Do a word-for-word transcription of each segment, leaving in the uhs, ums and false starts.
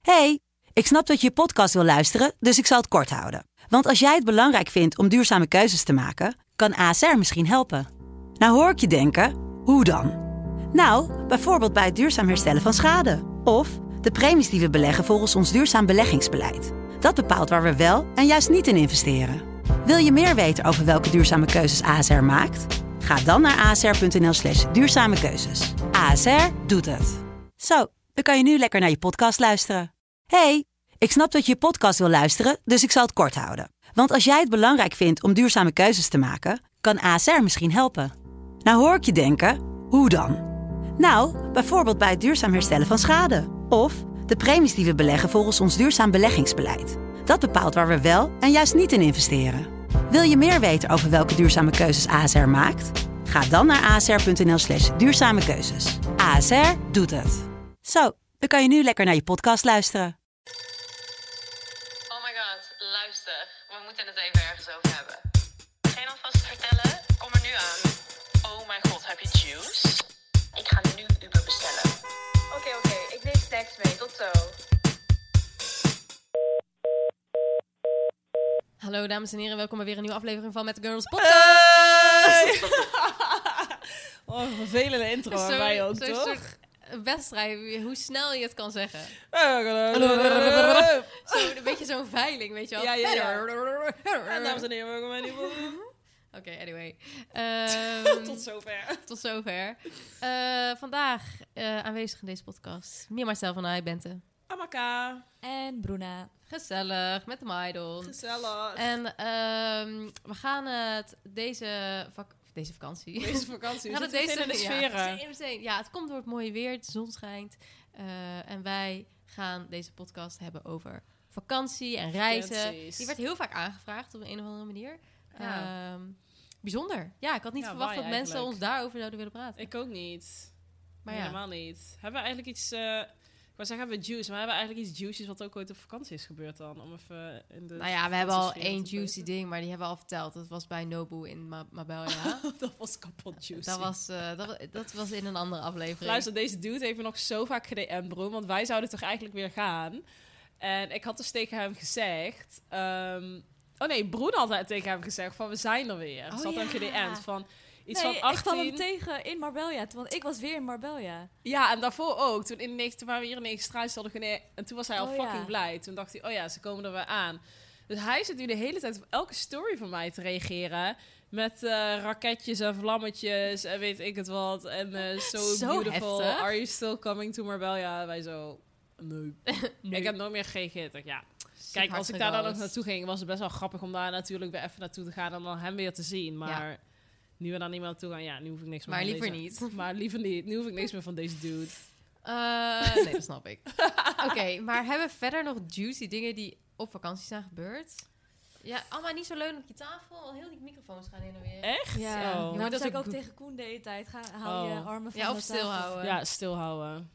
Hey, ik snap dat je je podcast wil luisteren, dus ik zal het kort houden. Want als jij het belangrijk vindt om duurzame keuzes te maken, kan A S R misschien helpen. Nou hoor ik je denken, hoe dan? Nou, bijvoorbeeld bij het duurzaam herstellen van schade. Of de premies die we beleggen volgens ons duurzaam beleggingsbeleid. Dat bepaalt waar we wel en juist niet in investeren. Wil je meer weten over welke duurzame keuzes A S R maakt? Ga dan naar asr.nl slash duurzame keuzes. A S R doet het. Zo, dan kan je nu lekker naar je podcast luisteren. Hey, ik snap dat je je podcast wil luisteren, dus ik zal het kort houden. Want als jij het belangrijk vindt om duurzame keuzes te maken, kan A S R misschien helpen. Nou hoor ik je denken, hoe dan? Nou, bijvoorbeeld bij het duurzaam herstellen van schade. Of de premies die we beleggen volgens ons duurzaam beleggingsbeleid. Dat bepaalt waar we wel en juist niet in investeren. Wil je meer weten over welke duurzame keuzes A S R maakt? Ga dan naar asr.nl slash duurzame keuzes. A S R doet het. Zo, dan kan je nu lekker naar je podcast luisteren. Oh my god, luister. We moeten het even ergens over hebben. Ga je alvast vertellen? Kom er nu aan. Oh mijn god, heb je juice? Ik ga nu Uber bestellen. Oké, okay, oké. Okay. Ik neem snacks mee. Tot zo. Hallo dames en heren, welkom bij weer een nieuwe aflevering van Met de Girls Podcast. Hey! Oh, een vervelende intro aan mij ook, zo toch? Een soort wedstrijd, hoe snel je het kan zeggen. Zo, een beetje zo'n veiling, weet je wel. Ja, ja, ja. En dames en heren, welkom bij een nieuwe... Oké, okay, anyway. Um, tot zover. Tot zover. Uh, vandaag uh, aanwezig in deze podcast. Me, myself en I, Bente. Amaka. En Bruna. Gezellig, met de Maidon. Gezellig. En um, we gaan het deze, vak- deze vakantie... Deze vakantie, we gaan het deze in de sferen. Ja, ja, het komt door het mooie weer, de zon schijnt. Uh, en wij gaan deze podcast hebben over vakantie en reizen. Vakanties. Die werd heel vaak aangevraagd op een, een of andere manier. Ja. Um, bijzonder. Ja, ik had niet ja, verwacht dat eigenlijk. mensen ons daarover zouden willen praten. Ik ook niet. Maar helemaal ja. niet. Hebben we eigenlijk iets... Uh, ik wou zeggen, hebben we juice, maar hebben we eigenlijk iets juicies wat ook ooit op vakantie is gebeurd dan? Om even in de nou ja, we hebben al één juicy ding, maar die hebben we al verteld. Dat was bij Nobu in Ma- Marbella. Dat was kapot juicy. Dat was, uh, dat, dat was in een andere aflevering. Luister, deze dude heeft me nog zo vaak ged'd, bro, want wij zouden toch eigenlijk weer gaan. En ik had dus tegen hem gezegd... Um, oh nee, Broen had tegen hem gezegd van we zijn er weer. Oh, Ze had ja. hem ged'd van... Iets nee, van achttien... ik kwam hem tegen in Marbella, want ik was weer in Marbella. Ja, en daarvoor ook. Toen, in negen, toen waren we hier in Negenstraat, hadden gene- en toen was hij al oh, fucking ja. blij. Toen dacht hij, oh ja, ze komen er weer aan. Dus hij zit nu de hele tijd op elke story van mij te reageren. Met uh, raketjes en vlammetjes en weet ik het wat. En uh, so, Zo beautiful. heftig. Are you still coming to Marbella? Wij zo, nee. nee. Ik heb nooit meer gereageerd. Ja. Kijk, als ik daar dan nog naartoe ging, was het best wel grappig om daar natuurlijk weer even naartoe te gaan en dan hem weer te zien. Maar... Ja. Nu we daar niet meer naartoe gaan, ja, nu hoef ik niks meer maar van liever deze... niet. Maar liever niet. Nu hoef ik niks meer van deze dude. Uh, nee, dat snap ik. Oké, okay, maar hebben we verder nog juicy dingen die op vakantie zijn gebeurd? Ja, allemaal niet zo leuk op je tafel. Al heel die microfoons gaan heen en weer. Echt? Ja, oh. nou, dat dat zei ik ook ook go- tegen Koen de hele tijd. Ga, haal je Oh. armen van Ja, de of stilhouden. Ja, stilhouden.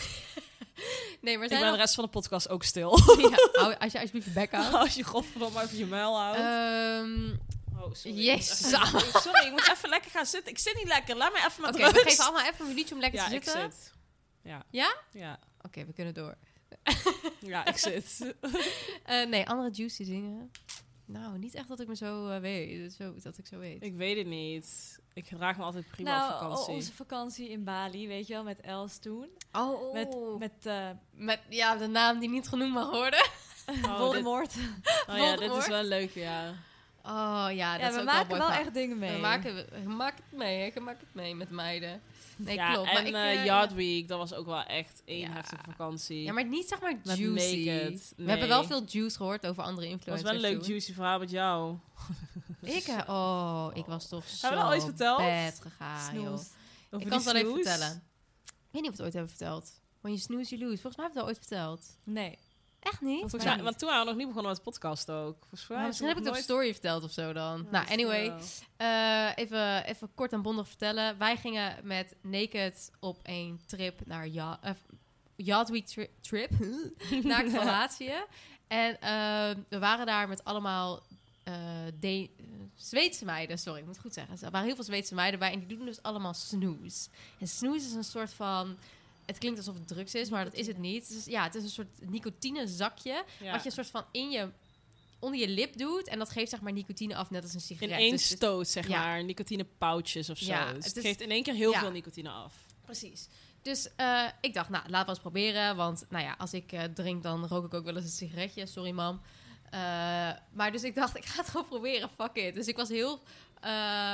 Nee, maar Ik zijn ben nog... de rest van de podcast ook stil. Ja, hou, als je alsjeblieft je bek houdt. Als je godverdomme even je muil houdt. Um, oh, sorry. Yes. Ik moet even- sorry, ik moet even lekker gaan zitten. Ik zit niet lekker. Laat mij even met Oké, rust. we geven allemaal even een minuutje om lekker Ja, te ik zitten. zit. Ja. Ja? Ja. Oké, okay, we kunnen door. Ja, ik zit. Uh, nee, andere juicy dingen. Nou, niet echt dat ik me zo uh, weet. Zo, dat ik zo weet. Ik weet het niet. Ik gedraag me altijd prima nou, op vakantie. onze vakantie in Bali, weet je wel, met Els toen. Oh, oh. Met, met uh, Met, ja, de naam die niet genoemd mag worden. Oh, Voldemort. Dit, oh ja, dit is Voldemort. wel leuk, ja. Oh ja, dat Ja, is we ook maken wel, wel mooi echt dingen mee. We maken, we maken het mee, ik maak het mee met meiden. Nee, ja, klopt. en maar ik, uh, uh, Yard Week, dat was ook wel echt één Ja. heftige vakantie. Ja, maar niet zeg maar Met juicy. naked. We Nee. hebben wel veel juice gehoord over andere Het was influencers. wel een leuk toen. juicy verhaal met jou. Ik, uh, oh, ik was toch zo Hebben we dat ooit verteld? bad gegaan, joh. Snoes. Over Ik kan die het wel even snoes. vertellen. Ik weet niet of we het ooit hebben verteld. When you snooze, you lose. Volgens mij hebben we het al ooit verteld. Nee. Echt niet? Volgens Volgens mij mij, want toen waren we nog niet begonnen met de podcast ook. Volgens mij Maar is misschien heb ik het op nooit... story verteld of zo dan. Ja, nou, anyway. misschien wel. Uh, even, even kort en bondig vertellen. Wij gingen met Naked op een trip naar ja, uh, Yacht Week tri- trip naar Kroatië. En uh, we waren daar met allemaal uh, de- uh, Zweedse meiden. Sorry, ik moet het goed zeggen. Er waren heel veel Zweedse meiden bij en die doen dus allemaal snooze. En snooze is een soort van het klinkt alsof het drugs is, maar dat is het niet. Het is, ja, het is een soort nicotinezakje, Ja. wat je een soort van in je, onder je lip doet. En dat geeft zeg maar nicotine af, net als een In sigaret. één Dus het- stoot, zeg ja. maar. Nicotinepauwtjes of zo. Ja, Dus het het is- geeft in één keer heel ja. veel nicotine af. Precies. Dus uh, ik dacht, nou, laten we eens proberen. Want nou ja, als ik uh, drink, dan rook ik ook wel eens een sigaretje. Sorry, mam. Uh, maar dus ik dacht, ik ga het gewoon proberen. Fuck it. Dus ik was heel... Uh,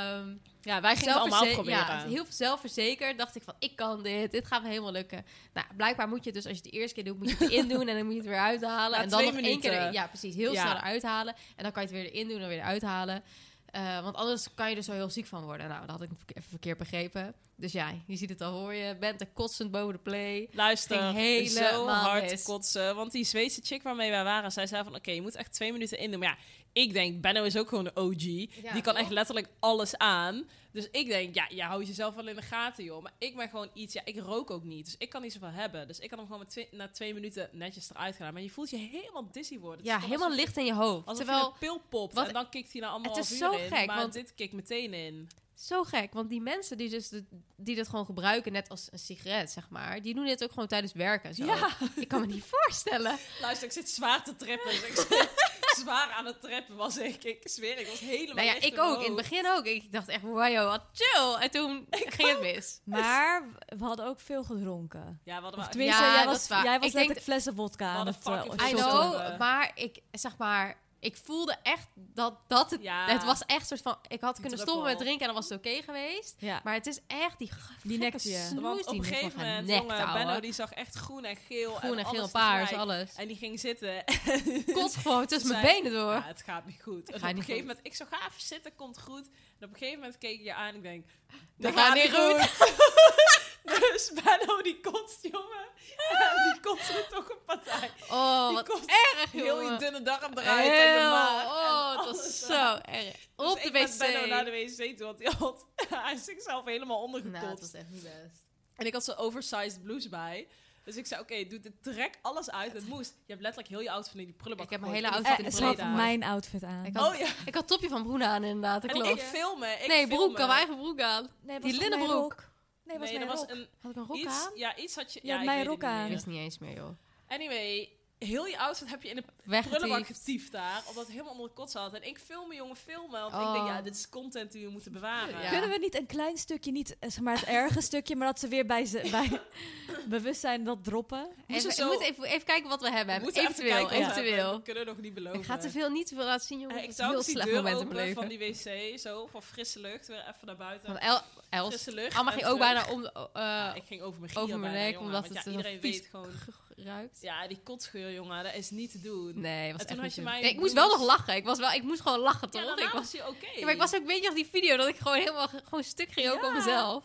ja, wij gingen het allemaal proberen. Ja, heel zelfverzekerd. Dacht ik van, ik kan dit. Dit gaat me helemaal lukken. Nou, blijkbaar moet je dus, als je het de eerste keer doet, moet je het erin doen. En dan moet je het weer uithalen. Na en dan nog twee één keer... minuten. Er, ja, precies. Heel Ja. snel eruit halen. En dan kan je het weer erin doen en weer eruit halen. Uh, want anders kan je er zo heel ziek van worden. Nou, dat had ik even verkeerd begrepen. Dus ja, je ziet het al voor je. Bent er kotsend boven de play. Luister, Ging helemaal zo hard mis. kotsen. Want die Zweedse chick waarmee wij waren, zij zei van... Oké, okay, je moet echt twee minuten in doen. Maar ja, ik denk, Benno is ook gewoon de O G. Ja, die kan toch? echt letterlijk alles aan. Dus ik denk, ja, je houdt jezelf wel in de gaten, joh. Maar ik ben gewoon iets... Ja, ik rook ook niet. Dus ik kan niet zoveel hebben. Dus ik kan hem gewoon met twee, na twee minuten netjes eruit gaan. Maar je voelt je helemaal dizzy worden. Het Ja, is helemaal alsof- licht in je hoofd. Alsof Terwijl, je een pil popt. wat- En dan kikt hij na Het anderhalf is uur zo in. gek, maar want- dit kikt meteen in. zo gek. Want die mensen die dus de, die dat gewoon gebruiken, net als een sigaret, zeg maar. Die doen dit ook gewoon tijdens werken en zo. Ja. Ik kan me niet voorstellen. Luister, ik zit zwaar te trippen. Dus ik zit zwaar aan het trippen was ik. Ik zweer, ik was helemaal Nou ja, licht ik mijn ook. In het hoofd. begin ook. Ik dacht echt, wow, wat chill. En toen ging het mis. Maar we hadden ook veel gedronken. Ja, we hadden Of wel- tenminste, Ja, jij dat was, is waar. jij was Ik net denk- een flessen vodka aan hadden het uh, fucking I veel shotten. know, gedronken. maar ik zeg maar... Ik voelde echt dat, dat het... Ja. Het was echt soort van... Ik had Die kunnen druppel. stoppen met drinken en dan was het oké geweest. Ja. Maar het is echt die... Die nekte je. snoes Want op die een me gegeven van moment, nekt, jongen, ouwe. Benno die zag echt groen en geel. Groen en alles geel, paars, tegelijk. alles. En die ging zitten. Kot gewoon tussen mijn Zei- benen door. Ja, het gaat niet goed. En op Gaat een niet gegeven goed. moment, ik zo, ga even zitten, komt goed. En op een gegeven moment keek ik je aan en ik denk, Dat dat gaat niet goed. Dus Benno die kotst, jongen. En die kotst er toch een partij. Oh, Die wat kotst erg, heel jongen. je dunne darm eruit en je Heel, maag. oh, en het was alles zo eruit. erg. Dus Op de ik met Benno naar de wc. wc toe, want hij had hij is zichzelf helemaal ondergekotst. Nou, dat was echt niet best. En ik had zo'n oversized blouse bij. Dus ik zei, oké, okay, doe dit, trek alles uit. Het moest. Je hebt letterlijk heel je outfit in die prullenbak Ik heb mijn gegooid. hele En outfit die in Eh, de ze had prullenbak. mijn outfit aan. Ik had, Oh ja. ik had topje van Broen aan inderdaad, dat En klopt. ik filmen. Ik nee, broek, ik filmen. had mijn eigen broek aan. Nee, die was mijn linnenbroek. rok. Nee, was Nee, mijn er was rok. een Had ik een rok iets, aan? ja, iets had je. Je ja, had ik mijn weet rok het niet aan. Ik meer. wist niet eens meer, joh. Anyway, heel je outfit heb je in de prullenbak Weggetiefd. getiefd daar, omdat het helemaal onder de kot zat. En ik film, jongen, filmen. Want Oh. ik denk, ja, dit is content die we moeten bewaren. Ja. Kunnen we niet een klein stukje, niet eh, zeg maar het erge stukje, maar dat ze weer bij, ze, bij bewustzijn dat droppen? Moest Even, zo- ik moet even, even kijken wat we hebben. We hebben. moeten even Eventueel, kijken wat we hebben. eventueel. We kunnen nog niet beloven. Ik ga te veel, niet te veel laten zien, jongen. Eh, Het ik is een zou heel ook die slecht deur moment in mijn openen leven. van die wc, zo, van frisse lucht, weer even naar buiten. Want El, Els, Frisse lucht. Alma en ging ook terug. bijna om, uh, Ja, ik ging over mijn gier over mijn bijna, nek, jongen, omdat want het ja, zo iedereen vies weet gewoon... ruikt. Ja, die kotscheur, jongen, dat is niet te doen. Nee, was En echt toen niet had je te doen. mij Nee, ik een moest wel nog blouse- lachen. Ik, was wel, ik moest gewoon lachen, toch? Ja, daarna ik was, was hij oké. ja, maar ik was ook een beetje als die video dat ik gewoon helemaal ge- gewoon stuk ging ook Ja. op mezelf.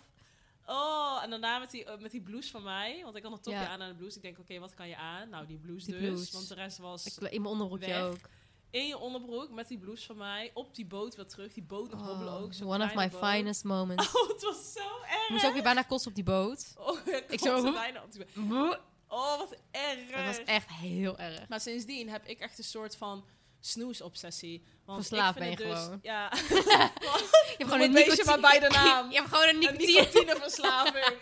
Oh, en daarna met die, uh, met die blouse van mij. Want ik had een topje Ja. aan aan de blouse. Ik denk, oké, wat kan je aan? Nou, die blouse Die dus. blouse. Want de rest was Ik, in mijn onderbroekje weg. ook. in je onderbroek met die blouse van mij. Op die boot weer terug. Die boot nog hobbelen ook. zo'n one of kleine my boot. finest moments. Oh, het was zo erg. Ik moest ook weer bijna kotsen op die boot. Oh, ik Ik zo zo- bijna op die boot. Oh, wat erg. Dat was echt heel erg. Maar sindsdien heb ik echt een soort van snoesobsessie. Want Verslaafd ik vind ben je het dus, gewoon. Ja. Je hebt gewoon een beestje nicotine... maar bij de naam. Je hebt gewoon een Een nicotine... nicotineverslaving.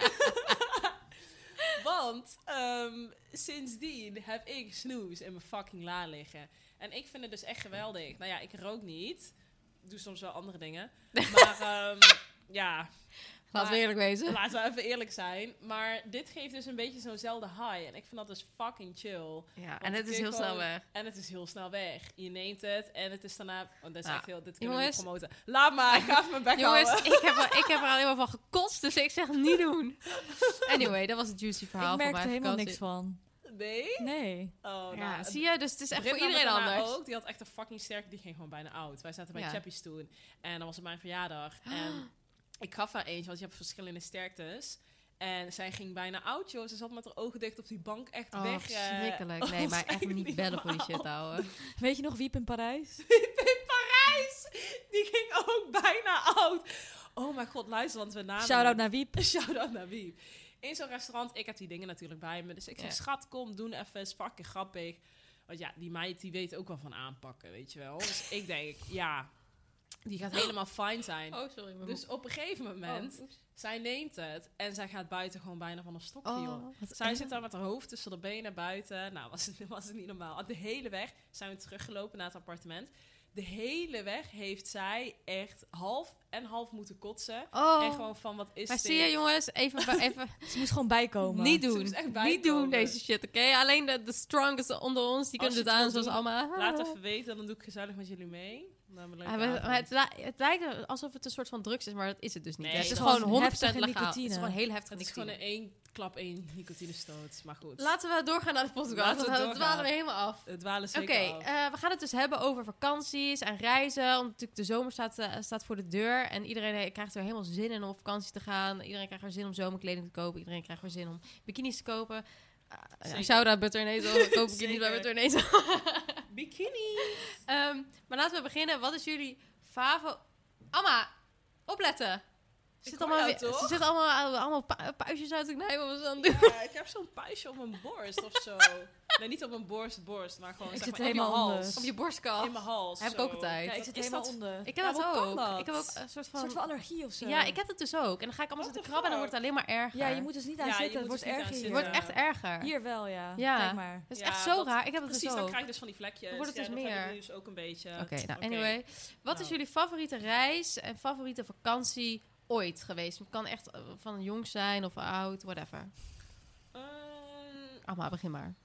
Want um, sindsdien heb ik snoes in mijn fucking la liggen. En ik vind het dus echt geweldig. Nou ja, ik rook niet. Ik doe soms wel andere dingen. Maar um, ja... Laten we eerlijk wezen. Laten we even eerlijk zijn. Maar dit geeft dus een beetje zo'nzelfde high. En ik vind dat dus fucking chill. Ja, Want en het je is kun heel snel gewoon- weg. En het is heel snel weg. Je neemt het en het is daarna... Oh, dat is Ja. echt heel... Dit kunnen we niet Jongens. promoten. Laat maar, ik ga even mijn bek Jongens, houden. ik heb, er, ik heb er alleen maar van gekotst, dus ik zeg niet doen. Anyway, dat was het juicy verhaal Ik van merkte mijn helemaal vakantie. niks van. Nee? Nee. Oh, Ja, nou, zie je? Dus het is echt Britt voor nam iedereen het daarna anders. Ook, die had echt een fucking sterk... Die ging gewoon bijna oud. Wij zaten bij Ja. Chappies toen. En dan was het mijn verjaardag. En ik gaf haar eentje, want je hebt verschillende sterktes. En zij ging bijna oud, joh. Ze zat met haar ogen dicht op die bank echt Oh, weg. eh, verschrikkelijk. Nee, was maar echt niet niet bellen voor die normaal. shit, ouwe. Weet je nog Wiep in Parijs? In Parijs! Die ging ook bijna oud. Oh mijn god, luister, want we namen... Shout-out naar Wiep. Shout-out naar wie? In zo'n restaurant, ik heb die dingen natuurlijk bij me. Dus ik zeg, Ja. schat, kom, doen even, is fucking grappig. Want ja, die meid, die weet ook wel van aanpakken, weet je wel. Dus ik denk, ja, Die gaat helemaal fijn zijn. Oh, sorry. mijn Dus op een gegeven moment, Oh, oeps. zij neemt het en zij gaat buiten gewoon bijna van een stokje, Oh, joh. wat Zij erg. zit daar met haar hoofd tussen de benen buiten. Nou, was het, was het niet normaal. De hele weg zijn we teruggelopen naar het appartement. De hele weg heeft zij echt half en half moeten kotsen. Oh. En gewoon van, wat is Maar dit? zie je, jongens, even, ba- even Ze moest gewoon bijkomen. niet Ze doen. moest echt Niet bijkomen. doen deze shit, oké? Alleen de, de strongest onder ons, die Als kunnen je het het aan, wil zoals doen, allemaal. Laat even weten, dan doe ik gezellig met jullie mee. Dan hebben we een Ja, leuke maar, maar het, avond. li- het lijkt alsof het een soort van drugs is, maar dat is het dus niet. Nee, het is het is gewoon gewoon honderd procent heftige legaal. Het is nicotine. gewoon heel heftig Het is nicotine. gewoon in één klap één nicotinestoot. Maar goed, Laten we doorgaan naar de podcast. Laten we want dan doorgaan. dwalen we helemaal af. het dwalen Oké, zeker af. eh, we gaan het dus hebben over vakanties en reizen. Want natuurlijk de zomer staat, eh, staat voor de deur. En iedereen he- krijgt er helemaal zin in om op vakantie te gaan. Iedereen krijgt er zin om zomerkleding te kopen. Iedereen krijgt er zin om bikinis te kopen. Uh, Zeker. Shout-out Butter Nasal. Koop bikinis bij Zeker. Butter Nasal. Bikini! Ehm, maar laten we beginnen. Wat is jullie favo... Amma, opletten. Ze Ik zit hoor allemaal, jou, weer- toch? ze zit allemaal, allemaal pu- puistjes uit te knijpen. Wat ze aan het doen. Ja, ik heb zo'n puistje op mijn borst of zo. Nee, niet op mijn borst, borst, maar gewoon Ik zeg zit maar in mijn helemaal hals. onder. Op je borstkast. In mijn hals. Heb ik zo. ook altijd. Kijk, ik zit is helemaal dat- onder. Ik heb Ja, dat hoe kan ook. dat? Ik heb ook een soort Een van... soort van allergie of zo. Ja, ik heb het dus ook. En dan ga ik allemaal What zitten the krabben en dan wordt fuck? het alleen maar erger. Ja, je moet dus niet aan Ja, je zitten. Het moet wordt dus niet erger aan hier. Het wordt echt erger. Hier wel, ja. Ja. Kijk maar. Het is Ja, echt zo dat- raar. Ik heb het Precies, dus dan ook. krijg je dus van die vlekjes. Dan wordt het Ja, dus dat heb ik meer. dus ook een beetje. Oké, nou Oké. anyway. Wat is Nou. jullie favoriete reis en favoriete vakantie ooit geweest? Het kan echt eh, van jong zijn of oud, whatever. Ehm, Amma, begin maar.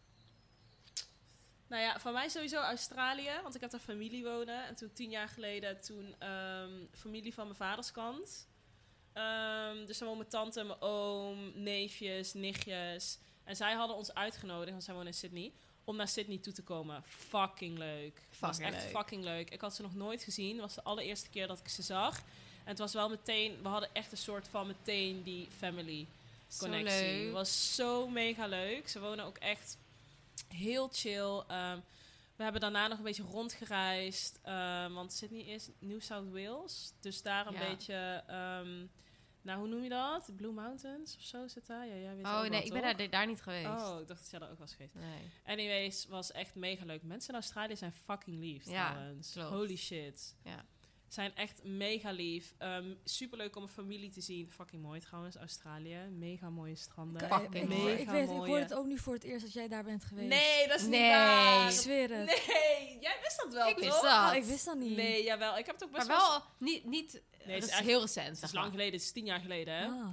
Nou ja, van mij sowieso Australië, want ik heb daar familie wonen. En toen tien jaar geleden, toen ehm, familie van mijn vaders kant. Ehm, dus dan wonen mijn tante, mijn oom, neefjes, nichtjes. En zij hadden ons uitgenodigd, want zij wonen in Sydney, om naar Sydney toe te komen. Fucking leuk. Het was Fucking echt leuk. fucking leuk. Ik had ze nog nooit gezien. Het was de allereerste keer dat ik ze zag. En het was wel meteen, we hadden echt een soort van meteen die family Zo connectie. Het leuk. was zo mega leuk. Ze wonen ook echt heel chill. Ehm, we hebben daarna nog een beetje rondgereisd. ehm, want Sydney is New South Wales. Dus daar een Ja. beetje... ehm, nou, hoe noem je dat? Blue Mountains of zo zit daar? Ja, jij weet Oh ook nee, wel, ik ben toch? daar, daar niet geweest. Oh, ik dacht dat jij daar ook was geweest. Nee. Anyways, was echt mega leuk. Mensen in Australië zijn fucking lief Ja, trouwens. klopt. Holy shit. Ja. Zijn echt mega lief. Um, Super leuk om een familie te zien. Fucking mooi trouwens, Australië. Mega mooie stranden. Ik, Fucking ik, mooi. ik, weet, ik mooie. hoor het ook nu voor het eerst dat jij daar bent geweest. Nee, dat is Nee. niet waar. Ik zweer het. Nee, jij wist dat wel, Ik toch? wist dat. Oh, ik wist dat niet. Nee, jawel. Ik heb het ook Maar best wel... wel niet... niet Nee, het dat is is echt- heel recent. Het is zeg lang maar. geleden. Het is tien jaar geleden, hè? Ah.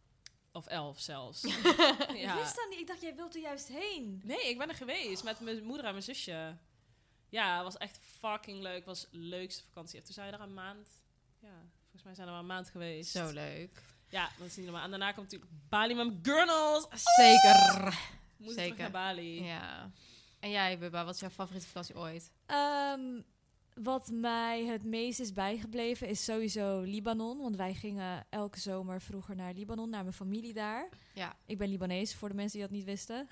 Of elf zelfs. Ik ja. wist dat niet. Ik dacht, jij wilt er juist heen. Nee, ik ben er geweest met mijn moeder en mijn zusje. Ja, het was echt fucking leuk. Het was de leukste vakantie. En toen zijn we daar een maand... Ja, volgens mij zijn we maar een maand geweest. Zo leuk. Ja, dat is niet normaal. En daarna komt natuurlijk Bali met mijn girls. Zeker. Moet Zeker. terug naar Bali. Ja. En jij, Bubba, wat is jouw favoriete vakantie ooit? Ehm, wat mij het meest is bijgebleven is sowieso Libanon. Want wij gingen elke zomer vroeger naar Libanon, naar mijn familie daar. Ja. Ik ben Libanees, voor de mensen die dat niet wisten.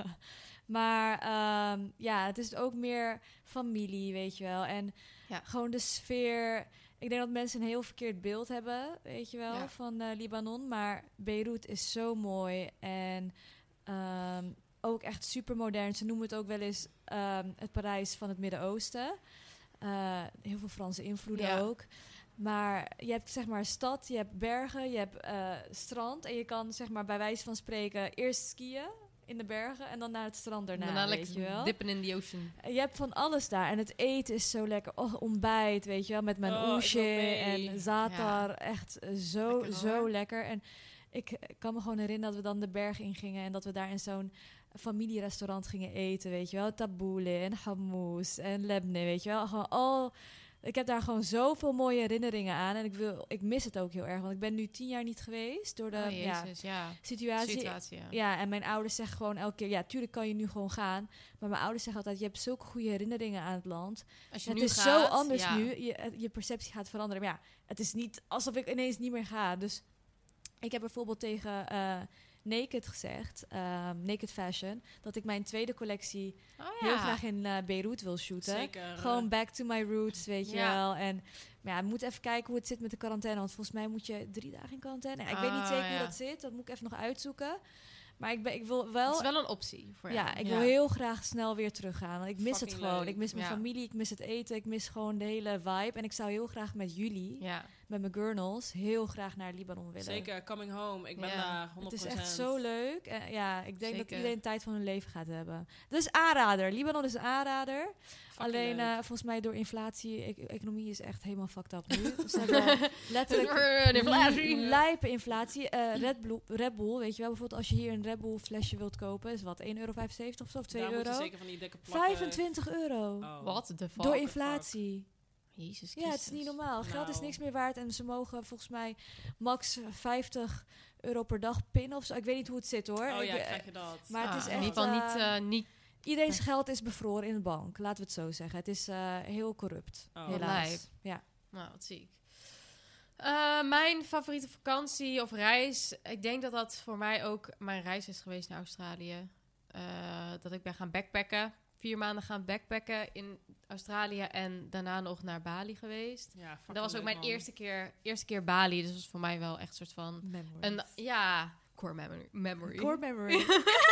maar ehm, ja, het is ook meer familie, weet je wel. En Ja. gewoon de sfeer. Ik denk dat mensen een heel verkeerd beeld hebben, weet je wel, Ja. van eh, Libanon. Maar Beirut is zo mooi en ehm, ook echt super modern. Ze noemen het ook wel eens ehm, het Parijs van het Midden-Oosten. Eh, heel veel Franse invloeden Ja. ook. Maar je hebt zeg maar stad, je hebt bergen, je hebt eh, strand. En je kan zeg maar bij wijze van spreken eerst skiën in de bergen en dan naar het strand daarna, Daarna weet lekker je wel. dippen in the ocean. Je hebt van alles daar. En het eten is zo lekker. Oh, ontbijt, weet je wel. Met mijn Oh, ik wil oesje mee. en zatar. Echt eh, zo, Lekker, zo hoor. lekker. En ik eh, kan me gewoon herinneren dat we dan de berg ingingen. En dat we daar in zo'n familierestaurant gingen eten, weet je wel. Taboule en hamous en lebne, weet je wel. Gewoon al... Ik heb daar gewoon zoveel mooie herinneringen aan. En ik, wil, ik mis het ook heel erg. Want ik ben nu tien jaar niet geweest door de oh, ja, jezus, ja. situatie. Situatie, ja. Ja, en mijn ouders zeggen gewoon elke keer... Ja, tuurlijk kan je nu gewoon gaan. Maar mijn ouders zeggen altijd... Je hebt zulke goede herinneringen aan het land. Als je Het nu is gaat, zo anders ja. nu. Je, het- je perceptie gaat veranderen. Maar ja, het is niet alsof ik ineens niet meer ga. Dus ik heb bijvoorbeeld tegen eh, Naked gezegd... ehm, Naked Fashion... dat ik mijn tweede collectie Oh, ja. heel graag in eh, Beirut wil shooten. Zeker. Gewoon back to my roots, weet je Ja. wel. En maar ja, we moeten even kijken hoe het zit met de quarantaine. Want volgens mij moet je drie dagen in quarantaine. Ja, ik weet niet Ah, zeker ja. hoe dat zit. Dat moet ik even nog uitzoeken. Maar ik, ben, ik wil wel... Het is wel een optie voor jou. Ja, ik Ja. wil heel graag snel weer teruggaan. Want ik mis Fucking het gewoon. leuk. Ik mis mijn Ja. familie, ik mis het eten, ik mis gewoon de hele vibe. En ik zou heel graag met jullie, Ja. met mijn gurnals, heel graag naar Libanon willen. Zeker, coming home. Ik ben Ja. daar Het honderd is procent. echt zo leuk. En ja, ik denk dat Zeker. iedereen tijd van hun leven gaat hebben. Dus aanrader. Libanon is een aanrader. Fucking Alleen leuk. eh, volgens mij door inflatie, e- economie is echt helemaal fucked up nu. Ze hebben letterlijk Een inflatie. lijpe inflatie. Eh, Red, Bull, Red Bull, weet je wel, bijvoorbeeld als je hier een Red Bull flesje wilt kopen, is wat één euro vijfenzeventig of zo, of twee Daar moeten euro? zeker van die dikke plakken... vijfentwintig euro. Oh. Wat de fuck? Door inflatie. Jezus Christus. Ja, het is niet normaal. Geld is Nou. niks meer waard en ze mogen volgens mij max vijftig euro per dag pinnen of zo. Ik weet niet hoe het zit hoor. Oh Ik, ja, eh, krijg je dat. maar het Ah, is in echt, ieder geval niet... eh, eh, niet Iedereen's geld is bevroren in de bank, laten we het zo zeggen. Het is eh, heel corrupt, Oh. helaas. Lijp. Ja. Nou, wat ziek. Eh, mijn favoriete vakantie of reis... Ik denk dat dat voor mij ook mijn reis is geweest naar Australië. Eh, dat ik ben gaan backpacken. Vier maanden gaan backpacken in Australië en daarna nog naar Bali geweest. Ja, fucking Dat was ook leuk, mijn man. eerste keer, eerste keer Bali. Dus dat was voor mij wel echt een soort van... Een, ja, core memory. memory. Core memory.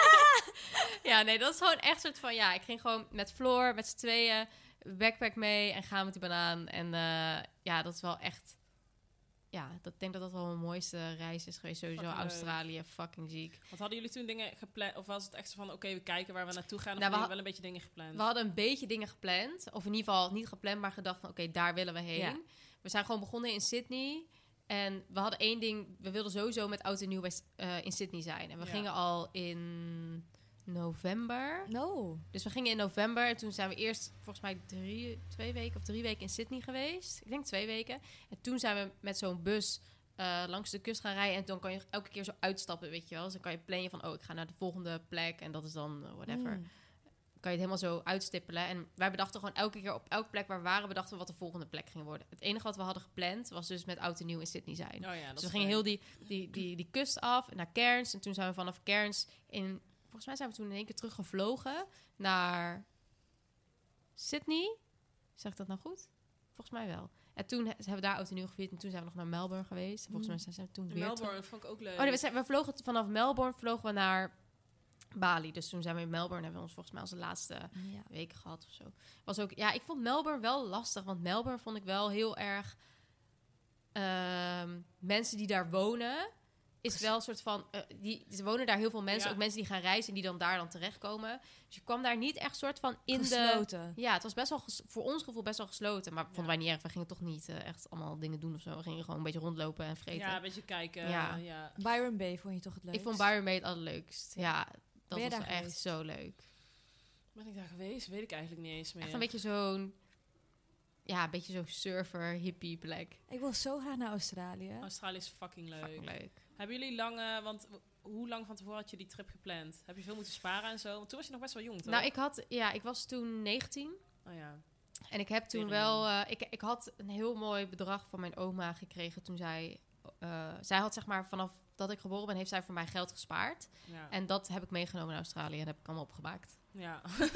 Ja, nee, dat is gewoon echt een soort van... Ja, ik ging gewoon met Floor, met z'n tweeën, backpack mee en gaan met die banaan. En eh, ja, dat is wel echt... Ja, dat, ik denk dat dat wel mijn mooiste reis is geweest. Sowieso Fucking leuk. Australië, fucking ziek. Wat hadden jullie toen dingen gepland? Of was het echt zo van, oké, we kijken waar we naartoe gaan? Of Nou, we hadden jullie ha- wel een beetje dingen gepland? We hadden een beetje dingen gepland. Of in ieder geval niet gepland, maar gedacht van... Oké, daar willen we heen. Ja. We zijn gewoon begonnen in Sydney. En we hadden één ding... We wilden sowieso met Oud en Nieuw bij, eh, in Sydney zijn. En we Ja. gingen al in november. No. Dus we gingen in november. En toen zijn we eerst volgens mij drie, twee weken of drie weken in Sydney geweest. Ik denk twee weken. En toen zijn we met zo'n bus... Uh, langs de kust gaan rijden. En dan kan je elke keer zo uitstappen, weet je wel. Dus dan kan je plannen van, oh, ik ga naar de volgende plek. En dat is dan uh, whatever. Mm. Kan je het helemaal zo uitstippelen. En wij bedachten gewoon elke keer op elke plek waar we waren... bedachten we wat de volgende plek ging worden. Het enige wat we hadden gepland was dus met Oud en Nieuw in Sydney zijn. Oh ja, dat dus we is gingen leuk. heel die, die, die, die kust af naar Cairns. En toen zijn we vanaf Cairns in... Volgens mij zijn we toen in één keer teruggevlogen naar Sydney. Zeg ik dat nou goed? Volgens mij wel. En toen he- hebben we daar Oud en Nieuw gevierd. En toen zijn we nog naar Melbourne geweest. En volgens mij zijn we toen In weer Melbourne terug- vond ik ook leuk. Oh nee, we, zijn, we vlogen t- vanaf Melbourne vlogen we naar Bali. Dus toen zijn we in Melbourne. Hebben we ons volgens mij onze laatste Ja. weken gehad of zo. Was ook, ja, ik vond Melbourne wel lastig. Want Melbourne vond ik wel heel erg... ehm, mensen die daar wonen... is wel een soort van... eh, die, er wonen daar heel veel mensen. Ja. Ook mensen die gaan reizen en die dan daar dan terechtkomen. Dus je kwam daar niet echt soort van in de... Gesloten. Ja, het was best wel ges- voor ons gevoel best wel gesloten. Maar vonden Ja. wij niet erg. We gingen toch niet eh, echt allemaal dingen doen of zo. We gingen gewoon een beetje rondlopen en vreten. Ja, een beetje kijken. Ja. Ja. ja. Byron Bay vond je toch het leukst? Ik vond Byron Bay het allerleukst. Ja, dat Ben je was daar echt geweest? zo leuk. Ben ik daar geweest? Weet ik eigenlijk niet eens meer. Echt een beetje zo'n... Ja, een beetje zo'n surfer, hippie plek. Ik wil zo graag naar Australië. Australië is fucking leuk. Fucking leuk. Hebben jullie lange... Want w- hoe lang van tevoren had je die trip gepland? Heb je veel moeten sparen en zo? Want toen was je nog best wel jong, toch? Nou, ik had... Ja, ik was toen negentien. Oh ja. En ik heb toen Tering. wel... eh, ik, ik had een heel mooi bedrag van mijn oma gekregen toen zij... eh, zij had zeg maar vanaf dat ik geboren ben, heeft zij voor mij geld gespaard. Ja. En dat heb ik meegenomen naar Australië en heb ik allemaal opgemaakt. ja.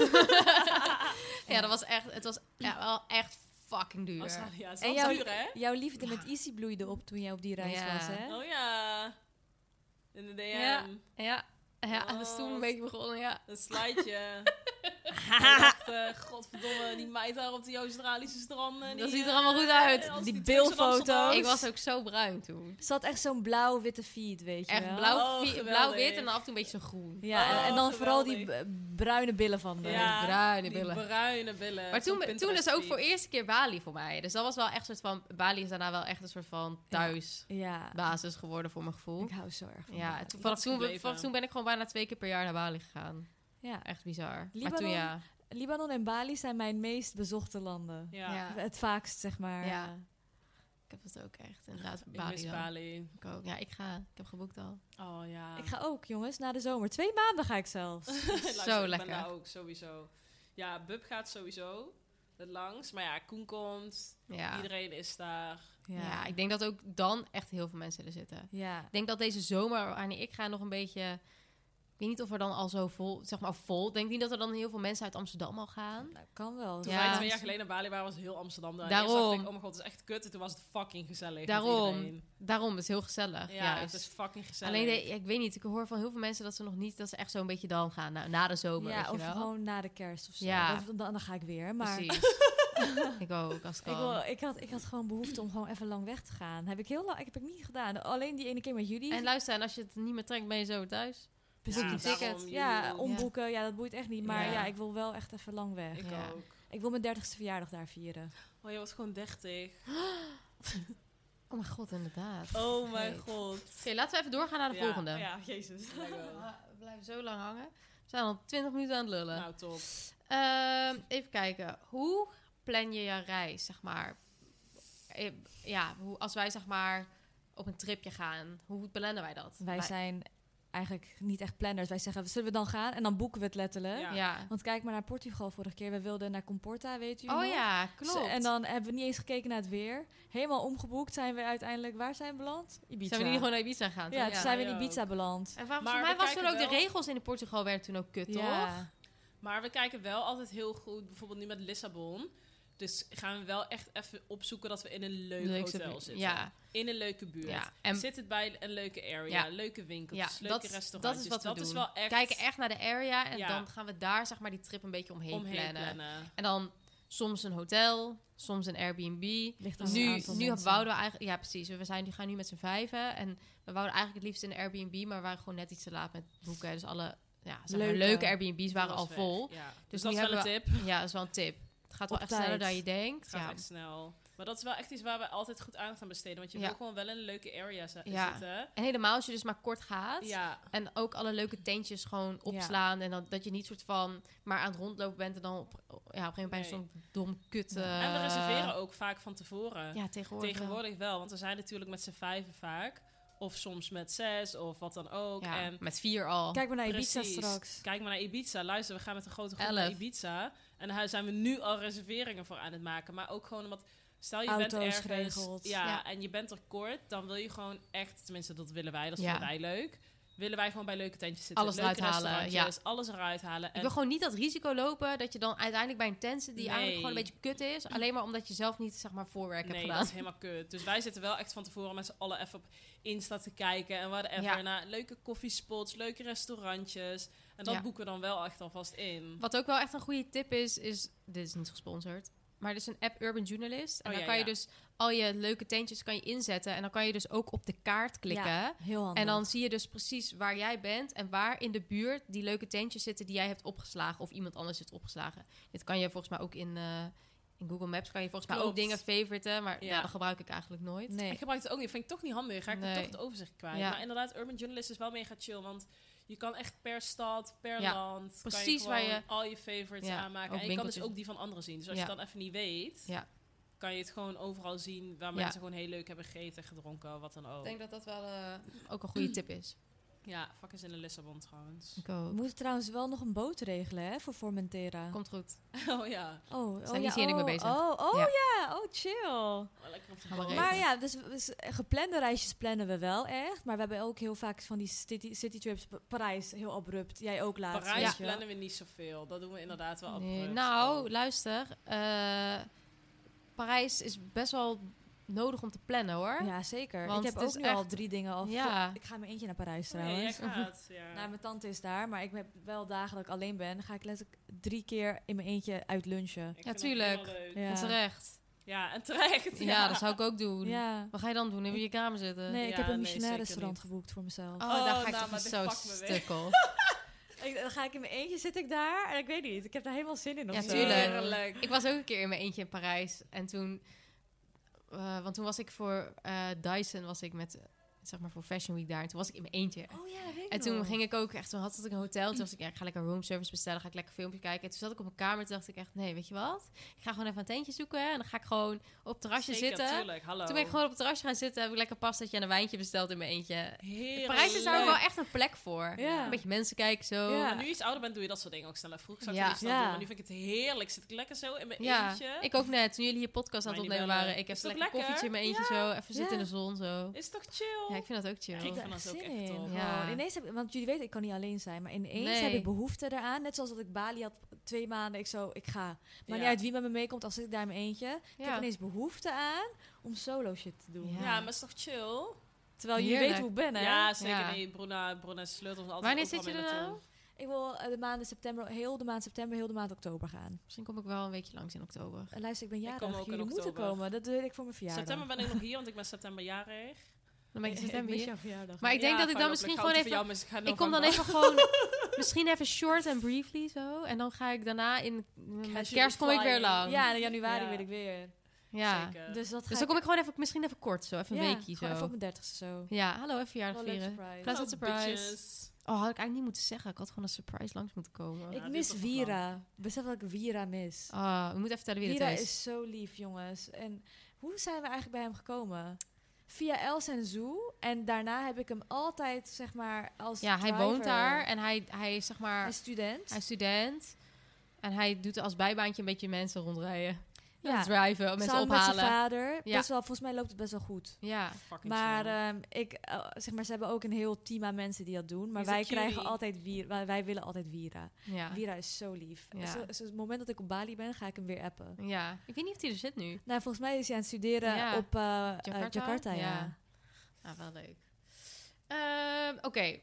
Ja, dat was echt... Het was ja, wel echt fucking duur. Australië, ja, het is En wel jouw, duur, hè? jouw liefde met Easy bloeide op toen jij op die reis Ja. was, hè? Oh ja. In de D M. Ja. Ja, ja Oh, dus toen een beetje begonnen, ja. Een slideje. Ik dacht, eh, godverdomme, die meid daar op die Australische stranden. Dat die, ziet er eh, allemaal goed uit. als Die terug is in bilfoto's. Amsterdam. Ik was ook zo bruin toen. Ze had echt zo'n blauw-witte feed, weet je Echt wel? blauw, Oh, vi- geweldig. blauw-wit en dan af en toe een beetje zo groen. Ja, en, Oh, en dan vooral die geweldig. b- bruine billen van de. Ja. bruine die billen. bruine billen. Maar toen, Zo'n toen is ook Pinterest voor feed. eerste keer Bali voor mij. Dus dat was wel echt een soort van... Bali is daarna wel echt een soort van thuisbasis Ja, geworden voor mijn gevoel. ik hou zo erg van Ja, Bali. toen, vanaf, is toen, gebleven. vanaf toen ben ik gewoon bijna twee keer per jaar naar Bali gegaan. Ja. Echt bizar. Maar Libanon? toen ja. Libanon en Bali zijn mijn meest bezochte landen. Ja. Ja. Het vaakst, zeg maar. Ja. Ik heb het ook echt. Inderdaad, Ik Bali mis dan. Bali. Ik ook. Ja, ik ga. Ik heb geboekt al. Oh ja. Ik ga ook, jongens, na de zomer. Twee maanden ga ik zelfs. Luister, Zo ik lekker. ben daar ook, sowieso. Ja, Bub gaat sowieso het langs. Maar ja, Koen komt. Ja. Iedereen is daar. Ja. ik denk dat ook dan echt heel veel mensen zullen zitten. Ja. Ik denk dat deze zomer, wanneer ik ga, nog een beetje Ik weet niet of er dan al zo vol, zeg maar vol. Ik denk niet dat er dan heel veel mensen uit Amsterdam al gaan. Nou, kan wel. Toen Ja. wij twee jaar geleden naar Bali waren, was heel Amsterdam daar. Daarom. Eerst dacht ik, oh mijn god, het is echt kut. En toen was het fucking gezellig met Daarom. iedereen. Daarom is het heel gezellig. Ja, juist. het is fucking gezellig. Alleen, de, ik weet niet, ik hoor van heel veel mensen dat ze nog niet, dat ze echt zo'n beetje dan gaan, na, na de zomer, Ja, weet je of wel. gewoon na de kerst of zo. Ja. Of dan, dan ga ik weer. Maar Precies. ik ook, als het ik, kan. wil, ik, had, ik had gewoon behoefte om gewoon even lang weg te gaan. Heb ik heel lang, ik heb ik niet gedaan. Alleen die ene keer met jullie. En luister, en als je het niet meer trekt, ben je zo thuis. Precies. Ja, Boek je ticket. daarom, Ja, jullie ook. omboeken. Ja, dat boeit echt niet. Maar Ja. ja, ik wil wel echt even lang weg. Ik Ja. ook. Ik wil mijn dertigste verjaardag daar vieren. Oh, je was gewoon dertig. Oh mijn god, inderdaad. Oh mijn Oké. god. Oké, laten we even doorgaan naar de Ja, volgende. Ja, jezus. Lijkt wel. Ah, We blijven zo lang hangen. We zijn al twintig minuten aan het lullen. Nou, top. Ehm, even kijken. Hoe plan je je reis, zeg maar? Eh, Ja, hoe, als wij zeg maar op een tripje gaan, hoe plannen wij dat? Wij zijn eigenlijk niet echt planners. Wij zeggen, zullen we dan gaan? En dan boeken we het letterlijk. Ja. Ja. Want kijk maar naar Portugal vorige keer. We wilden naar Comporta, weet u Oh nog? ja, klopt. En dan hebben we niet eens gekeken naar het weer. Helemaal omgeboekt zijn we uiteindelijk... Waar zijn we beland? Ibiza. zijn we niet gewoon naar Ibiza gaan? Ja, toch? toen zijn we in wij Ibiza beland. En volgens Maar mij we was toen kijken ook de wel- regels in Portugal werden toen ook kut, toch? Ja. Maar we kijken wel altijd heel goed, bijvoorbeeld nu met Lissabon. Dus gaan we wel echt even opzoeken dat we in een leuk Leukste hotel buurt. zitten. Ja, In een leuke buurt. ja. En Zit het bij een leuke area, Ja. leuke winkels, ja, leuke dat, restaurants. dat is wat we dat doen. is wel echt Kijken echt naar de area en Ja. dan gaan we daar zeg maar die trip een beetje omheen, omheen plannen. plannen. En dan soms een hotel, soms een Airbnb. Ligt aan het Nu, aantal nu mensen. wouden we eigenlijk... Ja, precies. We zijn, nu gaan nu met z'n vijven. En we wouden eigenlijk het liefst in een Airbnb, maar we waren gewoon net iets te laat met boeken. Dus alle ja, zeg maar, Leuke. leuke Airbnb's waren Die al was vol. weg, Ja. Dus, Dus dat nu is wel een hebben tip. Ja, dat is wel een tip. Het gaat wel Op echt sneller tijd. dan je denkt. Het gaat Ja. echt snel. Maar dat is wel echt iets waar we altijd goed aandacht aan besteden. Want je Ja. wil gewoon wel in een leuke area zi- Ja. zitten. En helemaal als je dus maar kort gaat. Ja. En ook alle leuke tentjes gewoon opslaan. En dan, dat je niet soort van maar aan het rondlopen bent. En dan op, ja, op een gegeven moment bij Nee. zo'n dom kut... Ja. eh, En we reserveren ook vaak van tevoren. Ja, tegenwoordig, wel. Tegenwoordig wel, want we zijn natuurlijk met z'n vijven vaak. Of soms met zes, of wat dan ook. Ja, En met vier al. Kijk maar naar Ibiza precies, straks. Kijk maar naar Ibiza. Luister, we gaan met een grote groep Elf. naar Ibiza. En daar zijn we nu al reserveringen voor aan het maken. Maar ook gewoon omdat... Stel je bent Auto's ergens... geregeld. Ja, Ja. en je bent er kort. Dan wil je gewoon echt... Tenminste, dat willen wij. Dat Ja. vinden wij leuk. Willen wij gewoon bij leuke tentjes zitten. Alles leuke eruit halen, restaurantjes, alles eruit halen. Ik En wil gewoon niet dat risico lopen dat je dan uiteindelijk bij een tent zit die Nee. eigenlijk gewoon een beetje kut is. Alleen maar omdat je zelf niet zeg maar voorwerk hebt nee, gedaan. dat is helemaal kut. Dus wij zitten wel echt van tevoren met z'n allen even op Insta te kijken. En whatever. Ja. Naar leuke koffiespots, leuke restaurantjes. En dat Ja. boeken we dan wel echt alvast in. Wat ook wel echt een goede tip is, is... Dit is niet gesponsord. Maar er is een app Urban Journalist. En Oh, dan ja, kan je ja. dus al je leuke tentjes kan je inzetten. En dan kan je dus ook op de kaart klikken. Ja, heel handig. En dan zie je dus precies waar jij bent en waar in de buurt die leuke tentjes zitten die jij hebt opgeslagen of iemand anders heeft opgeslagen. Dit kan je volgens mij ook in, eh, in Google Maps kan je volgens mij ook Klopt. dingen favoriten, maar Ja. ja. dat gebruik ik eigenlijk nooit. Nee. Ik gebruik het ook niet. Vind ik toch niet handig. Ga ik Nee. toch het overzicht kwijt. Ja. Maar inderdaad, Urban Journalist is wel mega chill. Want je kan echt per stad, per Ja, land... kan precies je waar gewoon je- al je favorites Ja, aanmaken. ook En je kan dus winkeltjes. ook die van anderen zien. Dus als Ja. je dan even niet weet... Ja. kan je het gewoon overal zien... waar Ja. mensen gewoon heel leuk hebben gegeten, gedronken, wat dan ook. Ik denk dat dat wel eh, ook een goede tip is. Ja, fuck is in de Lissabon trouwens. Ik We ook. moeten trouwens wel nog een boot regelen hè, voor Formentera. Komt goed. Oh ja. Oh, oh Zijn ja, hier niet oh, mee bezig. Oh, oh Ja. ja. oh chill. Oh, lekker op de Gaan we boot. regelen. Maar ja, dus, dus geplande reisjes plannen we wel echt. Maar we hebben ook heel vaak van die city, citytrips. Pa- Parijs, heel abrupt. Jij ook laatst. Parijs weet je wel. plannen we niet zoveel. Dat doen we inderdaad wel Nee, abrupt. nou, Oh. luister. eh, Parijs is best wel nodig om te plannen, hoor. Ja, zeker. Want ik heb het ook is nu al echt- drie dingen al. Ja. Ik ga in mijn eentje naar Parijs Oh, ja, jij trouwens. gaat, ja. Nou, mijn tante is daar, maar ik heb wel dagen dat ik alleen ben. Dan ga ik letterlijk drie keer in mijn eentje uit lunchen. Ik Ja, vind dat tuurlijk. heel leuk. Ja. En terecht. Ja, en terecht. Ja. dat zou ik ook doen. Ja. Wat ga je dan doen? In je kamer zitten? Nee, ik Ja, heb een nee, Michelin zeker restaurant niet. geboekt voor mezelf. Oh, Oh, daar ga ik nou, toch maar dit zo pakt me weer. stukkel. Ik, dan ga ik in mijn eentje, zit ik daar. En ik weet niet, ik heb daar helemaal zin in. of Ja, zo. tuurlijk. Heerlijk. Ik was ook een keer in mijn eentje in Parijs. En toen... eh, want toen was ik voor eh, Dyson, was ik met... zeg maar voor Fashion Week daar. En toen was ik in mijn eentje. Oh ja, dat weet ik En toen nog. ging ik ook echt, toen had ik een hotel. Toen was ik, ja, ik ga lekker roomservice bestellen. Ga ik lekker filmpje kijken. En toen zat ik op mijn kamer. Toen dacht ik echt, nee, weet je wat? Ik ga gewoon even een tentje zoeken. En dan ga ik gewoon op het terrasje Zeker, zitten. tuurlijk. Hallo. Toen ben ik gewoon op het terrasje gaan zitten. Heb ik lekker pastaatje en een wijntje besteld in mijn eentje. Heerlijk. Parijs is daar ook wel echt een plek voor. Ja. Een beetje mensen kijken zo. Ja. Maar nu je iets ouder bent, doe je dat soort dingen ook sneller. Vroeger zou ik Ja. het niet snel Ja. doen, maar nu vind ik het heerlijk. Zit ik lekker zo in mijn Ja, eentje. ik ook net. Toen jullie hier podcast aan het Maar opnemen jullie waren. bellen. Ik heb Is een toch lekker lekker? koffietje in mijn eentje zo. Even zitten in de zon zo. Is toch chill? Ja, ik vind dat ook chill. Ik Ik vind heb dat er ook zin echt in. tof. Ja. Gewoon. Ineens heb ik, want jullie weten, ik kan niet alleen zijn. Maar ineens Nee. heb ik behoefte eraan. Net zoals dat ik Bali had, twee maanden. Ik zo, ik ga. Maar Ja. niet uit wie met me meekomt, als ik daar in mijn eentje. Ik heb ineens behoefte aan om solo shit te doen. Ja. Ja, maar het is toch chill? Terwijl jullie Heerlijk. weten hoe ik ben, hè? Ja, zeker. Ja. Nee, Bruna, Bruna sleutelt altijd Wanneer overal zit je mee er naartoe. nou? Ik wil eh, de maanden september, heel de maand september, heel de maand oktober gaan. Misschien kom ik wel een weekje langs in oktober. En luister, ik ben Ik jarig. kom ook in Jullie moeten oktober. komen. Dat doe ik voor mijn verjaardag. September ben ik nog hier, want ik ben september jarig. Dan ben ik in september mis hier. jouw verjaardag. Maar ik denk Ja, dat ik dan fijn, misschien hopelijk gewoon goud even... voor jou, maar ik ga Ik kom dan november. even gewoon... misschien even short en briefly zo. En dan ga ik daarna in... Met Casually kerst kom ik weer flying. lang. Ja, in januari Ja. wil ik weer. Ja. Zeker. Dus dat ga Dus dan kom ik gewoon even, misschien even kort zo. Even een ja, weekje gewoon even op zo. mijn dertigste zo. Ja, hallo, even verjaardag Wel leuk vieren. surprise. Pleasant Hallo, surprise. bitches. Oh, had ik eigenlijk niet moeten zeggen. Ik had gewoon een surprise langs moeten komen. Ik dit mis is toch Vira. Besef dat ik Vira mis. Ah, we moeten even vertellen wie Vira het is. is zo lief, jongens. En hoe zijn we eigenlijk bij hem gekomen? Via Els en Zoo. En daarna heb ik hem altijd, zeg maar, als Ja, hij driver. woont daar en hij, hij is zeg maar... Hij is student. Hij is student. En hij doet als bijbaantje een beetje mensen rondrijden. Ja. Driven, mensen Samen met zijn ophalen. vader. Ja. Best wel, volgens mij loopt het best wel goed. Ja, Fucking Maar chill. ehm, ik, eh, zeg maar, ze hebben ook een heel team aan mensen die dat doen. Maar He's a wij cutie. krijgen altijd Vira. Wij, wij willen altijd Vira. ja. Vira is zo lief. Ja. Zo, zo, het moment dat ik op Bali ben, ga ik hem weer appen. ja. Ik weet niet of hij er zit nu. Nou, volgens mij is hij aan het studeren Ja. op eh, eh, Jakarta? Jakarta. ja. Ja. Ah, wel leuk. Ehm, Oké.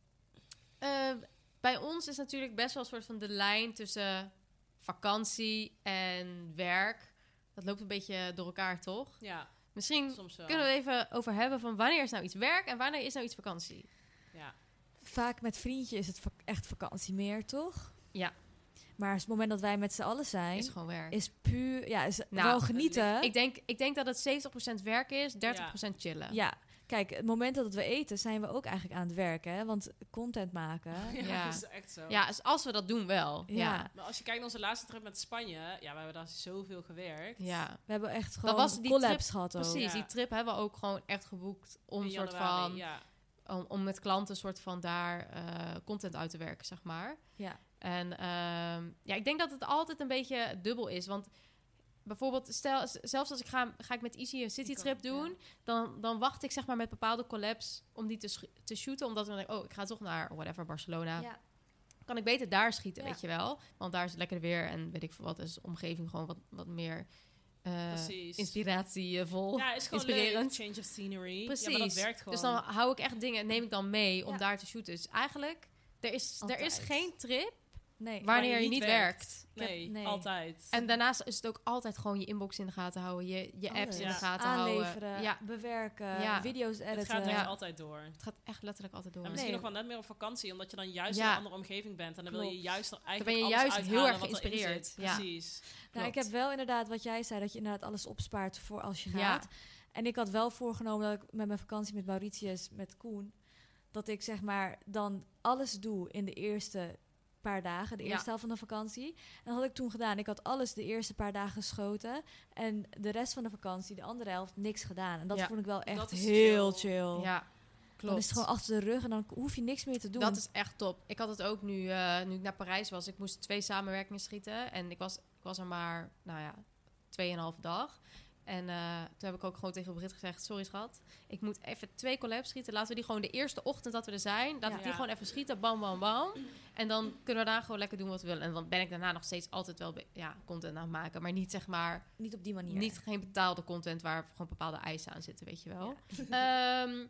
Ehm, bij ons is natuurlijk best wel een soort van de lijn tussen vakantie en werk. Dat loopt een beetje door elkaar, toch? Ja, Misschien soms wel. kunnen we even over hebben van wanneer is nou iets werk en wanneer is nou iets vakantie? Ja. Vaak met vriendje is het vak- echt vakantie meer, toch? Ja. Maar het moment dat wij met z'n allen zijn, Is is, gewoon werk. puur... Ja, is Nou, wel genieten. Ik denk, ik denk dat het zeventig procent werk is, dertig procent chillen. Ja, kijk, het moment dat we eten, zijn we ook eigenlijk aan het werken. Hè? Want content maken... Ja, Ja. dat is echt zo. Ja, dus als we dat doen wel. Ja. Ja. Ja. Maar als je kijkt naar onze laatste trip met Spanje, ja, we hebben daar zoveel gewerkt. ja. We hebben echt gewoon was die collabs trip- gehad ook. Precies, Ja. die trip hebben we ook gewoon echt geboekt om, In soort januari, van, ja. om, om met klanten soort van daar eh, content uit te werken, zeg maar. Ja. En ehm, ja, ik denk dat het altijd een beetje dubbel is. Want bijvoorbeeld, stel, z- zelfs als ik ga, ga ik met Easy een citytrip Ik ook, doen, dan, dan wacht ik zeg maar met bepaalde collabs om die te, sch- te shooten. Omdat dan denk ik, oh, ik ga toch naar whatever, Barcelona. Ja. Kan ik beter daar schieten, Ja. weet je wel. Want daar is het lekker weer en weet ik veel wat, is de omgeving gewoon wat, wat meer eh Precies. inspiratievol. Ja, is gewoon inspirerend. leuk. Change of scenery. Precies. Ja, maar dat werkt gewoon. Dus dan hou ik echt dingen, neem ik dan mee om Ja. daar te shooten. Dus eigenlijk, er is, er is Altijd. geen trip Nee. wanneer je je niet niet werkt. werkt. nee, nee. altijd. En daarnaast is het ook altijd gewoon je inbox in de gaten houden. Je, je apps Alles. in de Ja. gaten Aanleveren, houden. Ja, bewerken, Ja. video's editen. het gaat echt Ja. altijd door. het gaat echt letterlijk altijd door. En misschien Nee. nog wel net meer op vakantie, omdat je dan juist Ja. in een andere omgeving bent. En dan wil je Klopt. juist er Dan eigenlijk ben je alles juist heel uithalen erg wat erin geïnspireerd. zit. Ja. Precies. Nou, ik Klopt. heb wel inderdaad wat jij zei, dat je inderdaad alles opspaart voor als je Ja. gaat. En ik had wel voorgenomen dat ik met mijn vakantie met Mauritius, met Koen, dat ik zeg maar dan alles doe in de eerste paar dagen, de Ja. eerste helft van de vakantie. En dat had ik toen gedaan. Ik had alles de eerste paar dagen geschoten en de rest van de vakantie, de andere helft, niks gedaan. En dat Ja. vond ik wel echt Dat is heel chill. chill. Ja, Dan klopt. is het gewoon achter de rug en dan hoef je niks meer te doen. Dat is echt top. Ik had het ook nu, eh, nu ik naar Parijs was. Ik moest twee samenwerkingen schieten. En ik was, ik was er maar, nou ja, tweeënhalve dag. En eh, toen heb ik ook gewoon tegen Brit gezegd, sorry schat, ik moet even twee collabs schieten. Laten we die gewoon de eerste ochtend dat we er zijn, laten we Ja. die gewoon even schieten, bam, bam, bam. En dan kunnen we daar gewoon lekker doen wat we willen. En dan ben ik daarna nog steeds altijd wel be- ja, content aan het maken. Maar niet zeg maar, niet op die manier. niet geen betaalde content waar gewoon bepaalde eisen aan zitten, weet je wel. Ehm,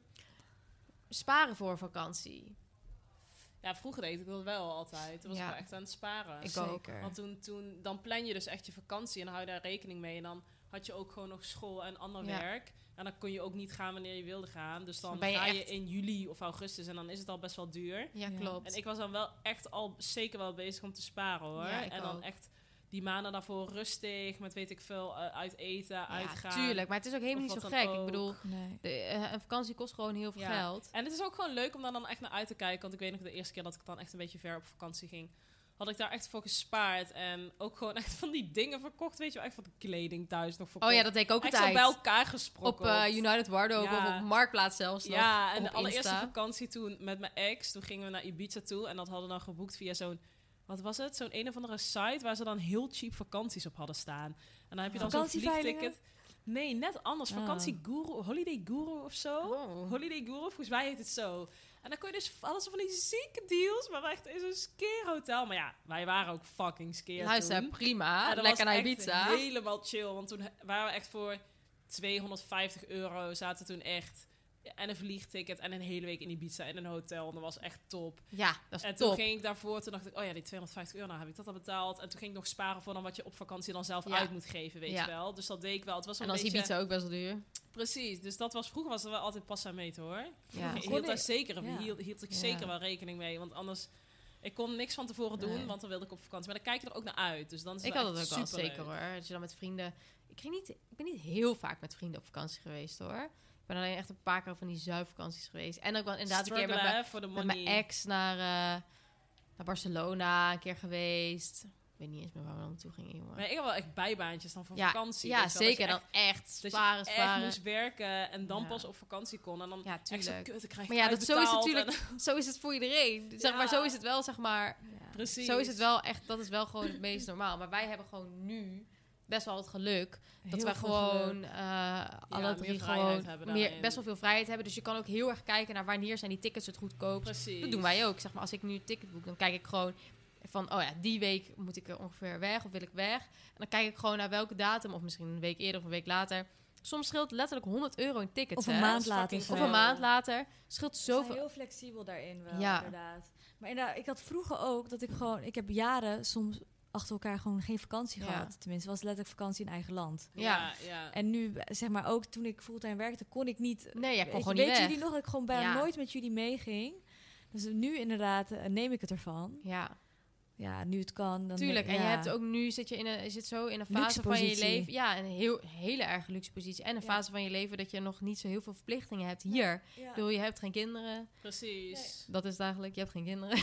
sparen voor vakantie. Ja, vroeger deed ik dat wel altijd. Toen was Ja. ik wel echt aan het sparen. Ik ook. Zeker. Want toen, toen, dan plan je dus echt je vakantie en dan hou je daar rekening mee. En dan had je ook gewoon nog school en ander Ja. werk. En dan kon je ook niet gaan wanneer je wilde gaan. Dus dan, Dan ben je ga je echt- in juli of augustus en dan is het al best wel duur. Ja, Ja. klopt. En ik was dan wel echt al zeker wel bezig om te sparen hoor. Ja, ik en dan ook. echt die maanden daarvoor rustig met weet ik veel uh, uit eten, Ja, uitgaan. tuurlijk. Maar het is ook helemaal Of niet zo wat dan gek. Ik ook. bedoel, Nee. de, eh, een vakantie kost gewoon heel veel Ja. geld. En het is ook gewoon leuk om daar dan echt naar uit te kijken. Want ik weet nog de eerste keer dat ik dan echt een beetje ver op vakantie ging. Had ik daar echt voor gespaard. En ook gewoon echt van die dingen verkocht. Weet je wel, echt van de kleding thuis nog verkocht. Oh ja, dat deed ik ook echt zo altijd. bij elkaar Op gesprokkeld. eh, United Wardrobe Ja. of op Marktplaats zelfs nog. Ja, en op de allereerste Insta. vakantie toen met mijn ex. Toen gingen we naar Ibiza toe. En dat hadden we dan geboekt via zo'n... Wat was het? Zo'n een of andere site waar ze dan heel cheap vakanties op hadden staan. En dan heb je dan zo'n Vakantieveilingen? vliegticket. Nee, net anders. Oh. Vakantieguru, Holiday Guru of zo. Oh. Holiday Guru, volgens mij heet het zo. En dan kon je dus alles van die zieke deals, maar echt in zo'n skeerhotel. Maar ja, wij waren ook fucking skeer Luister, toen. prima. En dat Lekker was naar echt Ibiza. helemaal chill, want toen waren we echt voor tweehonderdvijftig euro zaten toen echt... En een vliegticket en een hele week in Ibiza in een hotel. En dat was echt top. Ja, dat is En top. toen ging ik daarvoor, toen dacht ik, oh ja, die tweehonderdvijftig euro, nou heb ik dat al betaald. En toen ging ik nog sparen voor dan wat je op vakantie dan zelf Ja. uit moet geven, weet Ja. je wel. Dus dat deed ik wel. Het was wel En een dan is beetje... Ibiza ook best wel duur. Precies, dus dat was, vroeger was er wel altijd pas aan meten hoor. Ja. Ik Kon hield daar ik- zeker, ja. hield, hield ik Ja. zeker wel rekening mee. Want anders, ik kon niks van tevoren doen, Nee. want dan wilde ik op vakantie. Maar dan kijk je er ook naar uit. Dus dan is Ik het had het echt ook wel superleuk. zeker hoor. Dat je dan met vrienden... Ik, ging niet, ik ben niet heel vaak met vrienden op vakantie geweest hoor. Ik ben alleen echt een paar keer van die zuidvakanties geweest. En ook wel inderdaad een keer met Struggelen, mijn, hè, voor de met money. mijn ex naar, uh, naar Barcelona een keer geweest. Ik weet niet eens meer waar we dan naartoe gingen, jongen. Maar ik had wel echt bijbaantjes dan voor ja, vakantie. ja weet je wel, dat je zeker. Dan echt- echt Dat sparen, je echt sparen. moest werken en dan Ja. pas op vakantie kon. En dan Ja, echt zo tuurlijk. kut, ik krijg Maar ja, dat, zo is het uitbetaald natuurlijk. Zo is het voor iedereen. Zeg Ja. maar, zo is het wel, zeg maar. Ja. en- Precies. Zo is het wel echt. Dat is wel gewoon het meest normaal. Maar wij hebben gewoon nu best wel het geluk dat Heel wij veel gewoon geluk. uh, alle meer drie vrijheid gewoon hebben meer, daarin. best wel veel vrijheid hebben. Dus je kan ook heel erg kijken naar wanneer zijn die tickets het goedkoopst. Precies. Dat doen wij ook. Zeg maar, als ik nu een ticket boek, dan kijk ik gewoon van, oh ja, die week moet ik er ongeveer weg of wil ik weg. En dan kijk ik gewoon naar welke datum, of misschien een week eerder of een week later. Soms scheelt letterlijk honderd euro in tickets. Of een hè? maand Dat is later. fucking zo. Of veel. een maand later. Scheelt Ze zijn zoveel. heel flexibel daarin wel, Ja. inderdaad. Maar inderdaad, ik had vroeger ook dat ik gewoon... Ik heb jaren soms achter elkaar gewoon geen vakantie Ja. gehad. Tenminste, was letterlijk vakantie in eigen land. Ja, ja. En nu, zeg maar, ook toen ik fulltime werkte, kon ik niet... Nee, jij kon weet gewoon je, niet weet weg. jullie nog dat ik gewoon bijna Ja. nooit met jullie meeging? Dus nu inderdaad eh, neem ik het ervan. Ja, Ja, nu het kan. Dan tuurlijk. En ja. je hebt ook nu zit je in een, je zit zo in een Luxe fase van je positie. leven. Ja, een heel, hele erg luxe positie. En een Ja. fase van je leven dat je nog niet zo heel veel verplichtingen hebt. Hier. Ja. Ik bedoel, je hebt geen kinderen. Precies. Dat is het eigenlijk. Je hebt geen kinderen.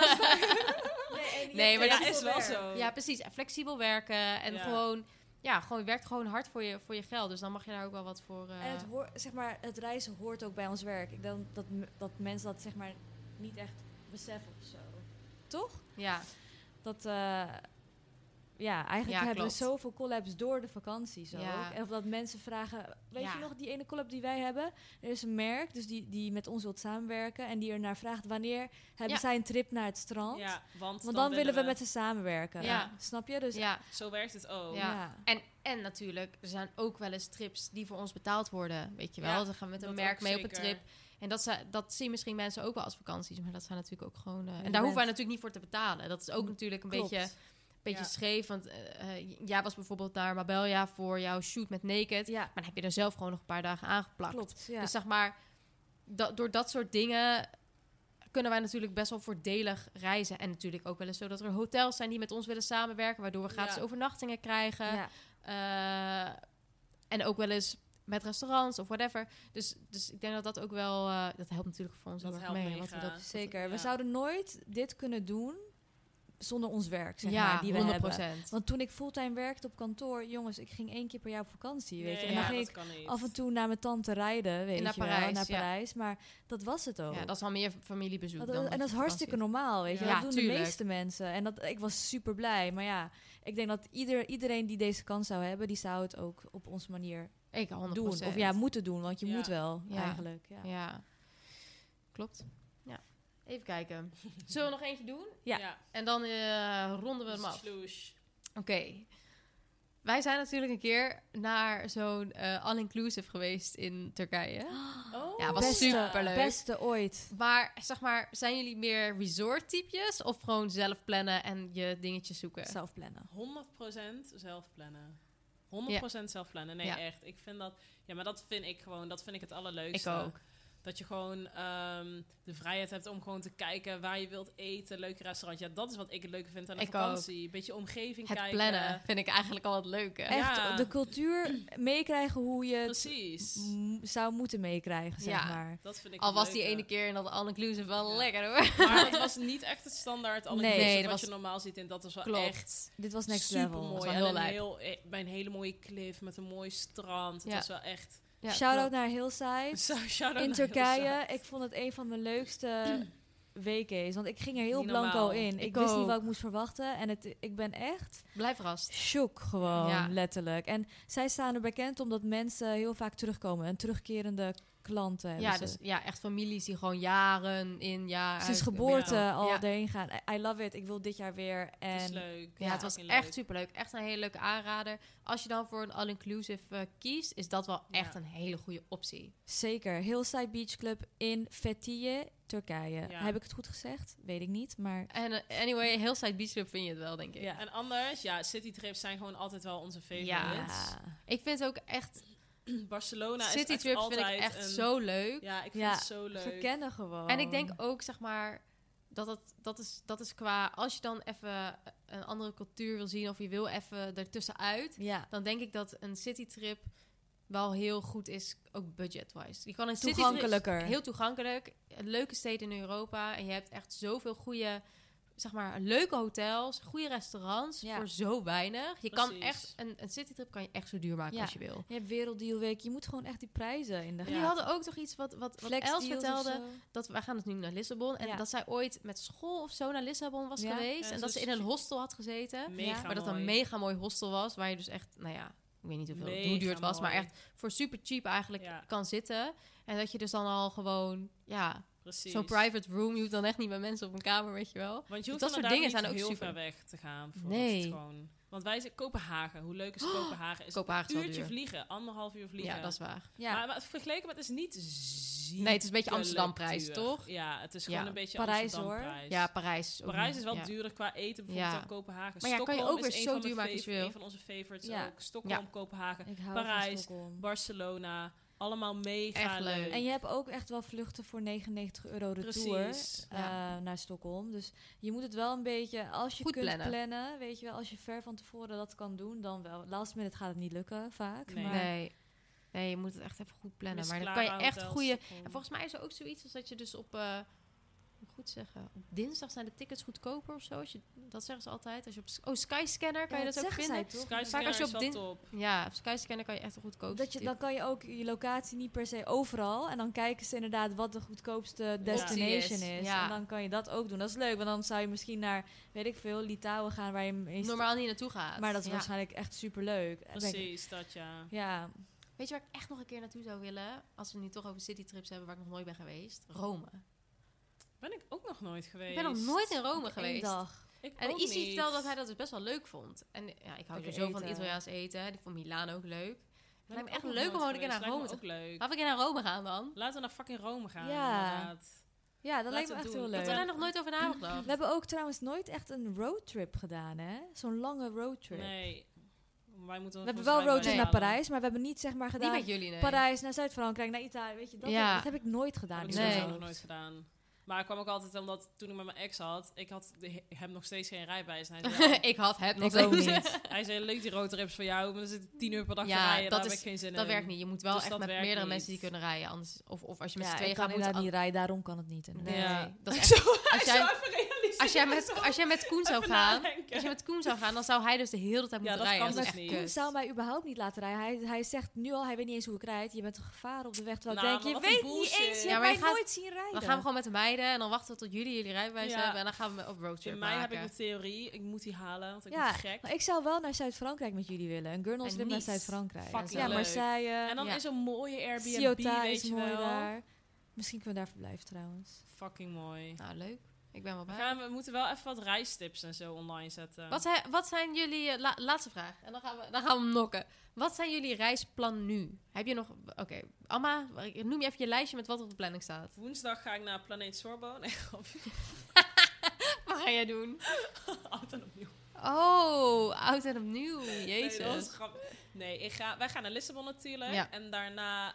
Nee, en je Nee, hebt maar heel dat veel is wel werk. zo. Ja, precies. En flexibel werken. En Ja. gewoon, ja, gewoon, je werkt gewoon hard voor je, voor je geld. Dus dan mag je daar ook wel wat voor... eh, En het, hoor, zeg maar, het reizen hoort ook bij ons werk. Ik denk dat, m- dat mensen dat zeg maar niet echt beseffen of zo. Toch? ja, Dat, eh, ja, eigenlijk Ja, hebben klopt. we zoveel collabs door de vakantie zo. Ja. ook. En of dat mensen vragen, weet Ja. je nog die ene collab die wij hebben? Er is een merk, dus die, die met ons wilt samenwerken. En die er naar vraagt, wanneer hebben Ja. zij een trip naar het strand? Ja, want, Want dan, willen we met ze samenwerken. Ja. Snap je? Dus ja. Zo werkt het ook. Ja. ja. En, en natuurlijk, er zijn ook wel eens trips die voor ons betaald worden. Weet je wel, Ja, dan gaan we met een dat merk ook mee op een zeker. trip. En dat, zijn, dat zien misschien mensen ook wel als vakanties. Maar dat zijn natuurlijk ook gewoon... eh, en je daar hoeven wij bent- natuurlijk niet voor te betalen. Dat is ook Mm, natuurlijk een Klopt. beetje, beetje Ja. scheef. Want eh, eh, jij was bijvoorbeeld naar Marbella voor jouw shoot met Naked. Ja, Maar dan heb je er zelf gewoon nog een paar dagen aangeplakt. klopt. Ja. Dus zeg maar, dat, door dat soort dingen kunnen wij natuurlijk best wel voordelig reizen. En natuurlijk ook wel eens zo dat er hotels zijn die met ons willen samenwerken, waardoor we gratis Ja. overnachtingen krijgen. ja. Eh, en ook wel eens met restaurants of whatever. Dus, dus ik denk dat dat ook wel... eh, dat helpt natuurlijk voor ons Dat heel erg helpt mee. mega. Want we dat, Zeker. We Ja. zouden nooit dit kunnen doen zonder ons werk, zeg ja, maar, die we honderd hebben. procent. Want toen ik fulltime werkte op kantoor, jongens, ik ging één keer per jaar op vakantie, weet je. En ja, dan ging dat ik kan niet. af en toe naar mijn tante rijden, weet naar je wel, Parijs, naar ja. Parijs. Maar dat was het ook. Ja, dat is al meer familiebezoek. Dat- dan en dat is je hartstikke vakantie normaal, weet je. Ja, dat doen tuurlijk. de meeste mensen. En dat, ik was super blij. Maar ja, ik denk dat ieder, iedereen die deze kans zou hebben, die zou het ook op onze manier is. Ik, honderd doen. procent. Of ja, moeten doen, want je Ja. moet wel, Ja. eigenlijk. Ja. Ja, klopt. Ja. Even kijken. Zullen we nog eentje doen? Ja. Ja. En dan eh, ronden we hem af. Sloosh. Oké. Wij zijn natuurlijk een keer naar zo'n eh, all-inclusive geweest in Turkije. Oh, Ja, was Beste, superleuk. beste ooit. Maar zeg maar, zijn jullie meer resort-typjes of gewoon zelf plannen en je dingetjes zoeken? Zelf plannen. honderd procent zelf plannen. honderd procent zelf plannen. Nee, Ja. echt. Ik vind dat... Ja, maar dat vind ik gewoon... Dat vind ik het allerleukste. Ik ook. Dat je gewoon ehm, de vrijheid hebt om gewoon te kijken waar je wilt eten. Leuke restaurant. Ja, dat is wat ik het leuke vind aan een Ik vakantie. Een beetje omgeving Het kijken. plannen vind ik eigenlijk al wat leuker. Echt Ja. de cultuur meekrijgen hoe je het Precies. m- zou moeten meekrijgen, zeg Ja. maar. Dat vind ik Al het was die leuke. ene keer in dat all-inclusive wel Ja. lekker hoor. Maar het was niet echt het standaard alle Nee. Nee, wat dat was- je normaal ziet. En dat was wel Klopt. echt Dit was next super level. was mooi. wel En heel een lijp. heel, eh, bij een hele mooie cliff met een mooi strand. Het Ja. was wel echt... Ja, Shout-out klopt. naar Hillside. Zo, shout-out In naar Turkije. Hillside. Ik vond het een van de leukste week is. Want ik ging er heel Niet blanco normaal. in. Ik Ik, wist niet ook. wat ik moest verwachten. En het, ik ben echt Blijf verrast. shock gewoon, Ja. letterlijk. En zij staan er bekend omdat mensen heel vaak terugkomen. En terugkerende klanten hebben Ja, ze. dus ja, echt families die gewoon jaren in, jaar Sinds uit- geboorte Ja. al Ja. erheen gaan. I, I love it. Ik wil dit jaar weer. Het is En leuk. Ja, het was fucking echt leuk. superleuk. Echt een hele leuke aanrader. Als je dan voor een all-inclusive eh, kiest, is dat wel echt Ja. een hele goede optie. zeker. Hillside Beach Club in Fethiye, Turkije. Ja. Heb ik het goed gezegd? Weet ik niet. Maar En eh, anyway, heel Side Beach Club vind je het wel, denk ik. Ja. En anders, ja, citytrips zijn gewoon altijd wel onze favorites. Ja. Ik vind het ook echt... Barcelona is City echt trips vind altijd ik echt een... zo leuk. Ja, ik vind Ja, het zo leuk. verkennen gewoon. En ik denk ook, zeg maar, dat het, dat is, dat is qua... Als je dan even een andere cultuur wil zien of je wil even ertussenuit... Ja. dan denk ik dat een citytrip wel heel goed is, ook budget-wise. Je kan een citytrip- Toegankelijker. heel toegankelijk, een leuke steden in Europa en je hebt echt zoveel goede, zeg maar, leuke hotels, goede restaurants Ja. voor zo weinig. Je kan Precies. echt een, een citytrip kan je echt zo duur maken Ja. als je wil. Je hebt Werelddealweek. Je moet gewoon echt die prijzen in de En Ja. die hadden ook toch iets wat, wat, wat Flex Els deals of vertelde. zo. Dat wij gaan dus nu naar Lissabon. En Ja. dat zij ooit met school of zo naar Lissabon was Ja. geweest. Ja, en zo dat ze in is- een hostel had gezeten. Mega Maar dat een mooi. mega mooi hostel was. Waar je dus echt, nou ja, ik weet niet hoeveel, Mega hoe duur het was. Maar mooi. echt voor super cheap eigenlijk Ja. kan zitten. En dat je dus dan al gewoon, ja, Precies. zo'n private room. Je hoeft dan echt niet met mensen op een kamer, weet je wel. Want je Dus hoeft dat soort inderdaad dingen niet zijn ook heel super. ver weg te gaan. Voor Nee. het gewoon... Want wij zijn Kopenhagen. Hoe leuk is Kopenhagen? Is Kopenhagen is een wel uurtje duur. vliegen. Anderhalf uur vliegen. Ja, dat is waar. Ja. Maar, maar vergeleken met is niet ziek. Nee, het is een beetje Amsterdam-prijs, duur. toch? Ja, het is Ja. gewoon een beetje Parijs, Amsterdam-prijs. Ja, Parijs. is ook Parijs niet- is wel ja. duurder qua eten bijvoorbeeld Ja. dan Kopenhagen. Maar ja, kan je Stockholm ook weer is een zo van duur mijn maken als je fav- wil. Een van onze favorites Ja. ook. Stockholm, Kopenhagen, Ik hou Parijs, van Stockholm. Barcelona. Allemaal mega Echt leuk. leuk. En je hebt ook echt wel vluchten voor negenennegentig euro retour Precies. eh, Ja. naar Stockholm. Dus je moet het wel een beetje, als je Goed kunt plannen. plannen. weet je wel, als je ver van tevoren dat kan doen, dan wel. Last minute gaat het niet lukken, vaak. Nee. Maar Nee. Nee, je moet het echt even goed plannen. Miss Maar dan Clara kan je echt Hotel, goede... Stockholm. En volgens mij is er ook zoiets als dat je dus op... eh, hoe goed zeggen? Op dinsdag zijn de tickets goedkoper of zo. Als je, dat zeggen ze altijd. Als je op, oh, Skyscanner kan Ja, je dat ook zeggen vinden. zij toch? Skyscanner Vaak als je is op wel din- top. Ja, op Skyscanner kan je echt een goedkoop. Dat je, dan kan je ook je locatie niet per se overal. En dan kijken ze inderdaad wat de goedkoopste destination is. is. Ja. En dan kan je dat ook doen. Dat is leuk, want dan zou je misschien naar, weet ik veel, Litouwen gaan waar je meest... normaal niet naartoe gaat. Maar dat is Ja. waarschijnlijk echt superleuk. En denk ik, Precies, dat ja. ja, Weet je waar ik echt nog een keer naartoe zou willen? Als we nu toch over citytrips hebben waar ik nog nooit ben geweest. Rome. Ben ik ook nog nooit geweest. Ik ben nog nooit in Rome één geweest. dag. Ik En ook Izzy niet. vertelde dat hij dat dus best wel leuk vond. En ja, ik hou Lekker zo van eten. Italiaans eten. Die vond Milaan ook leuk. Ben lijkt me ik echt ook nog leuk om nooit gewoon een keer geweest. naar Rome Lijkt me ook leuk. Laten we een keer naar Rome gaan dan. Laten we naar fucking Rome gaan, Ja. inderdaad. Ja, dat Laten lijkt we me het echt doen. heel Ik heb leuk. er nog nooit over nagedacht. We hebben ook trouwens nooit echt een roadtrip gedaan, hè? Zo'n lange roadtrip. Nee. Wij moeten We hebben wel roadtrip Nee. naar Parijs, maar we hebben niet zeg maar Niet gedaan met jullie, nee. Parijs naar Zuid-Frankrijk, naar Italië, weet je, dat, Ja. heb, dat heb ik nooit gedaan. Dat heb in ik Nee. mijn sowieso nog hoofd. nooit gedaan. Maar ik kwam ook altijd omdat toen ik met mijn ex had, ik had de, hem nog steeds geen rijbewijs. En hij zei, ja, ik had het nog Ik ook steeds. niet. hij zei, leuk die roadtrips voor jou, maar dan zit tien uur per dag Ja, te rijden, dat daar is- heb ik geen zin Dat in. werkt niet. Je moet wel Dus echt dat met werkt meerdere niet. mensen die kunnen rijden. Anders, of, of als je met Ja, z'n ik tweeën kan gaat, moet inderdaad an- niet rijden, daarom kan het niet. inderdaad. Nee, Ja. dat is echt... Als Hij jij, zou even realiseren, als, jij hij met, zou als jij met Koen zou even gaan... nadenken. Als je met Koen zou gaan, dan zou hij dus de hele tijd Ja, moeten dat rijden. kan Dat dus is echt niet. Koen kut. zou mij überhaupt niet laten rijden. Hij, hij zegt nu al, hij weet niet eens hoe ik rijd. Je bent een gevaar op de weg. Terwijl Nou, ik denk, maar je wat een weet niet bullshit. eens, je Ja, hebt maar mij je gaat- nooit zien rijden. Dan gaan we gewoon met de meiden en dan wachten we tot jullie jullie rijbewijs Ja. hebben. En dan gaan we op roadtrip In mei heb ik maken. mijn theorie, ik moet die halen, want ik Ja, ben gek. maar ik zou wel naar Zuid-Frankrijk met jullie willen. Een girls En trip naar Nice. Zuid-Frankrijk. Fucking Ja, leuk. Marseille. En dan Ja. is een mooie Airbnb, Ciotat weet is je mooi wel. daar. Misschien kunnen we daar verblijven trouwens. Fucking mooi. Nou, leuk. Ik ben wel We, bij. gaan, we moeten wel even wat reistips en zo online zetten. Wat zijn, wat zijn jullie... eh, la- laatste vraag. En dan gaan, we, dan gaan we hem nokken. Wat zijn jullie reisplan nu? Heb je nog... Oké, Amma, noem je even je lijstje met wat er op de planning staat. Woensdag ga ik naar Planeet Sorbo. Nee, grapje. Wat ga jij doen? Oud en opnieuw. Oh, oud en opnieuw. Nee, Jezus. dat was grap- nee ik ga, wij gaan naar Lissabon natuurlijk. Ja. En daarna...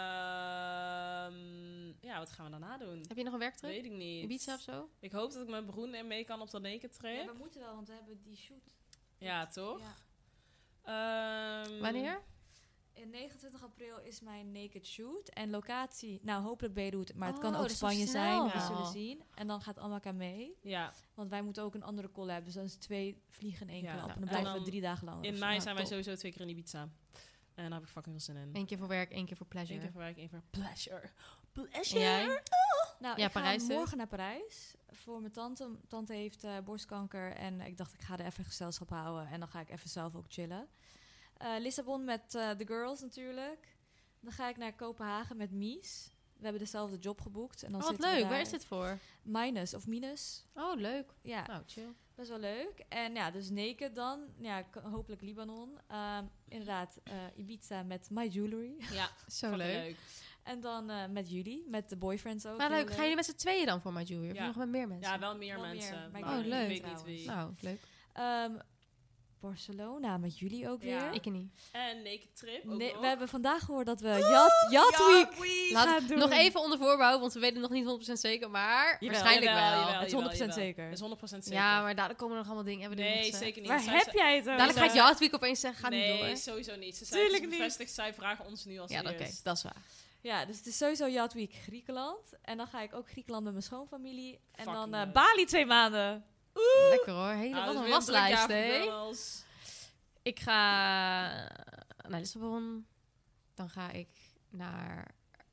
ehm, ja, wat gaan we daarna doen? Heb je nog een werktrip? Weet ik niet. Ibiza of zo? Ik hoop dat ik met Broen en mee kan op de naked trip. Ja, we moeten wel, want we hebben die shoot. Ja, toch? Ja. Ehm, Wanneer? In negenentwintig april is mijn naked shoot. En locatie, nou hopelijk Beirut, maar het Oh, kan ook dat is wel Spanje snel. zijn. We Ja. zullen zien. En dan gaat Amaka mee. Ja, Want wij moeten ook een andere collab. Dus dan is twee vliegen in één Ja. klap. Ja. En dan En blijven dan we drie dagen lang. in of zo. mei Nou, zijn wij top. sowieso twee keer in Ibiza. En daar heb ik fucking veel zin in. Eén keer voor werk, één keer voor pleasure. Eén keer voor werk, één voor pleasure. En Pleasure? jij? Oh. Nou, Ja, ik Parijs ga dus. morgen naar Parijs voor mijn tante. Mijn tante heeft eh, borstkanker en ik dacht ik ga er even gezelschap houden en dan ga ik even zelf ook chillen. Eh, Lissabon met eh, de girls natuurlijk. Dan ga ik naar Kopenhagen met Mies. We hebben dezelfde job geboekt. En dan Oh, wat zitten we leuk. daar- Waar is dit voor? Minus of Minus. Oh, leuk. Ja, Nou, chill. best wel leuk. En ja, dus Naked dan. Ja, k- hopelijk Libanon. Ehm, inderdaad, eh, Ibiza met My Jewelry. Ja, Zo fucking leuk. En dan eh, met jullie, met de boyfriends ook. Nou, heel leuk. Gaan jullie met z'n tweeën dan voor My Jewelry? Of Ja. nog met meer mensen? Ja, wel meer Wel meer, mensen. maar ik weet ik niet wie weet niet trouwens. wie. Nou, leuk. Ehm, Barcelona met jullie ook Ja. weer. Ik niet. En Naked Trip ook Nee, nog. we hebben vandaag gehoord dat we Yacht, yacht Week Week. Laat gaan doen. nog even onder voorbouw, want we weten nog niet honderd procent zeker, maar Jawel, waarschijnlijk jawel, wel. jawel, Het is honderd procent jawel. zeker. Het is honderd procent zeker. Ja, maar dadelijk komen er nog allemaal dingen. Hebben we dit Nee, nog gezegd? zeker niet. Waar Zij heb zei- jij het over? Dadelijk gaat Yacht Week opeens zeggen, ga nee, niet door. sowieso niet. Ze zei Tuurlijk het is niet. bevestigd, zij vragen ons nu als Ja, oké, eerst. dat is waar. Ja, dus het is sowieso Yacht Week Griekenland. En dan ga ik ook Griekenland met mijn schoonfamilie. En Fucking dan eh, leuk. Bali twee maanden. Lekker hoor. Hele, Nou, wat dat een is weer druk jaar waslijst, voor hè? girls. Ik ga naar Lissabon. Dan ga ik naar...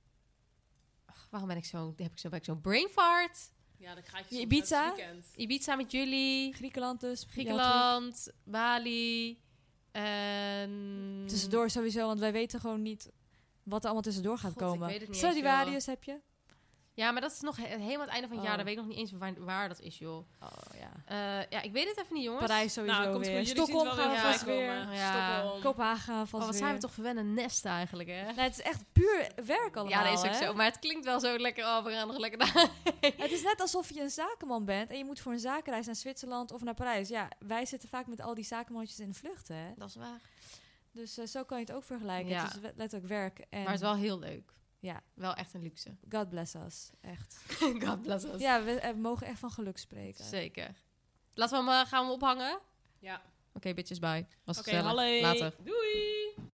Ach, waarom ben ik zo... Heb ik zo, ben ik zo brain fart? Ja, dan krijg je Je soms Ibiza? het weekend. Ibiza met jullie. Griekenland dus. Yacht Griekenland. Bali. En... Week. Tussendoor sowieso, want wij weten gewoon niet wat er allemaal tussendoor gaat God, ik komen. weet het niet Stradivarius heb je? Ja, maar dat is nog he- helemaal het einde van het jaar. Oh. Dan weet ik nog niet eens waar, waar dat is, joh. Oh ja. Eh, ja, ik weet het even niet, jongens. Parijs sowieso Nou, komt weer. goed. Jullie zien Stockholm het wel gaan weer we vast voorbij weer. komen. Ja. Stockholm. Kopenhagen gaan we vast Oh, wat weer. zijn we toch verwende nesten eigenlijk, hè? Nee, het is echt puur werk allemaal. Ja, dat is ook hè? zo. Maar het klinkt wel zo lekker. Oh, we gaan nog lekker naar. Het is net alsof je een zakenman bent en je moet voor een zakenreis naar Zwitserland of naar Parijs. Ja, wij zitten vaak met al die zakenmannetjes in de vlucht, hè. Dat is waar. Dus eh, zo kan je het ook vergelijken. Ja. Het is we- letterlijk werk. En Maar het is wel heel leuk. Ja. Wel echt een luxe. God bless us. Echt. God bless us. Ja, we, eh, we mogen echt van geluk spreken. Zeker. Laten we hem, eh, gaan we hem ophangen? Ja. Oké, bitches, bye. Was Oké, gezellig. hallo. Later. Doei.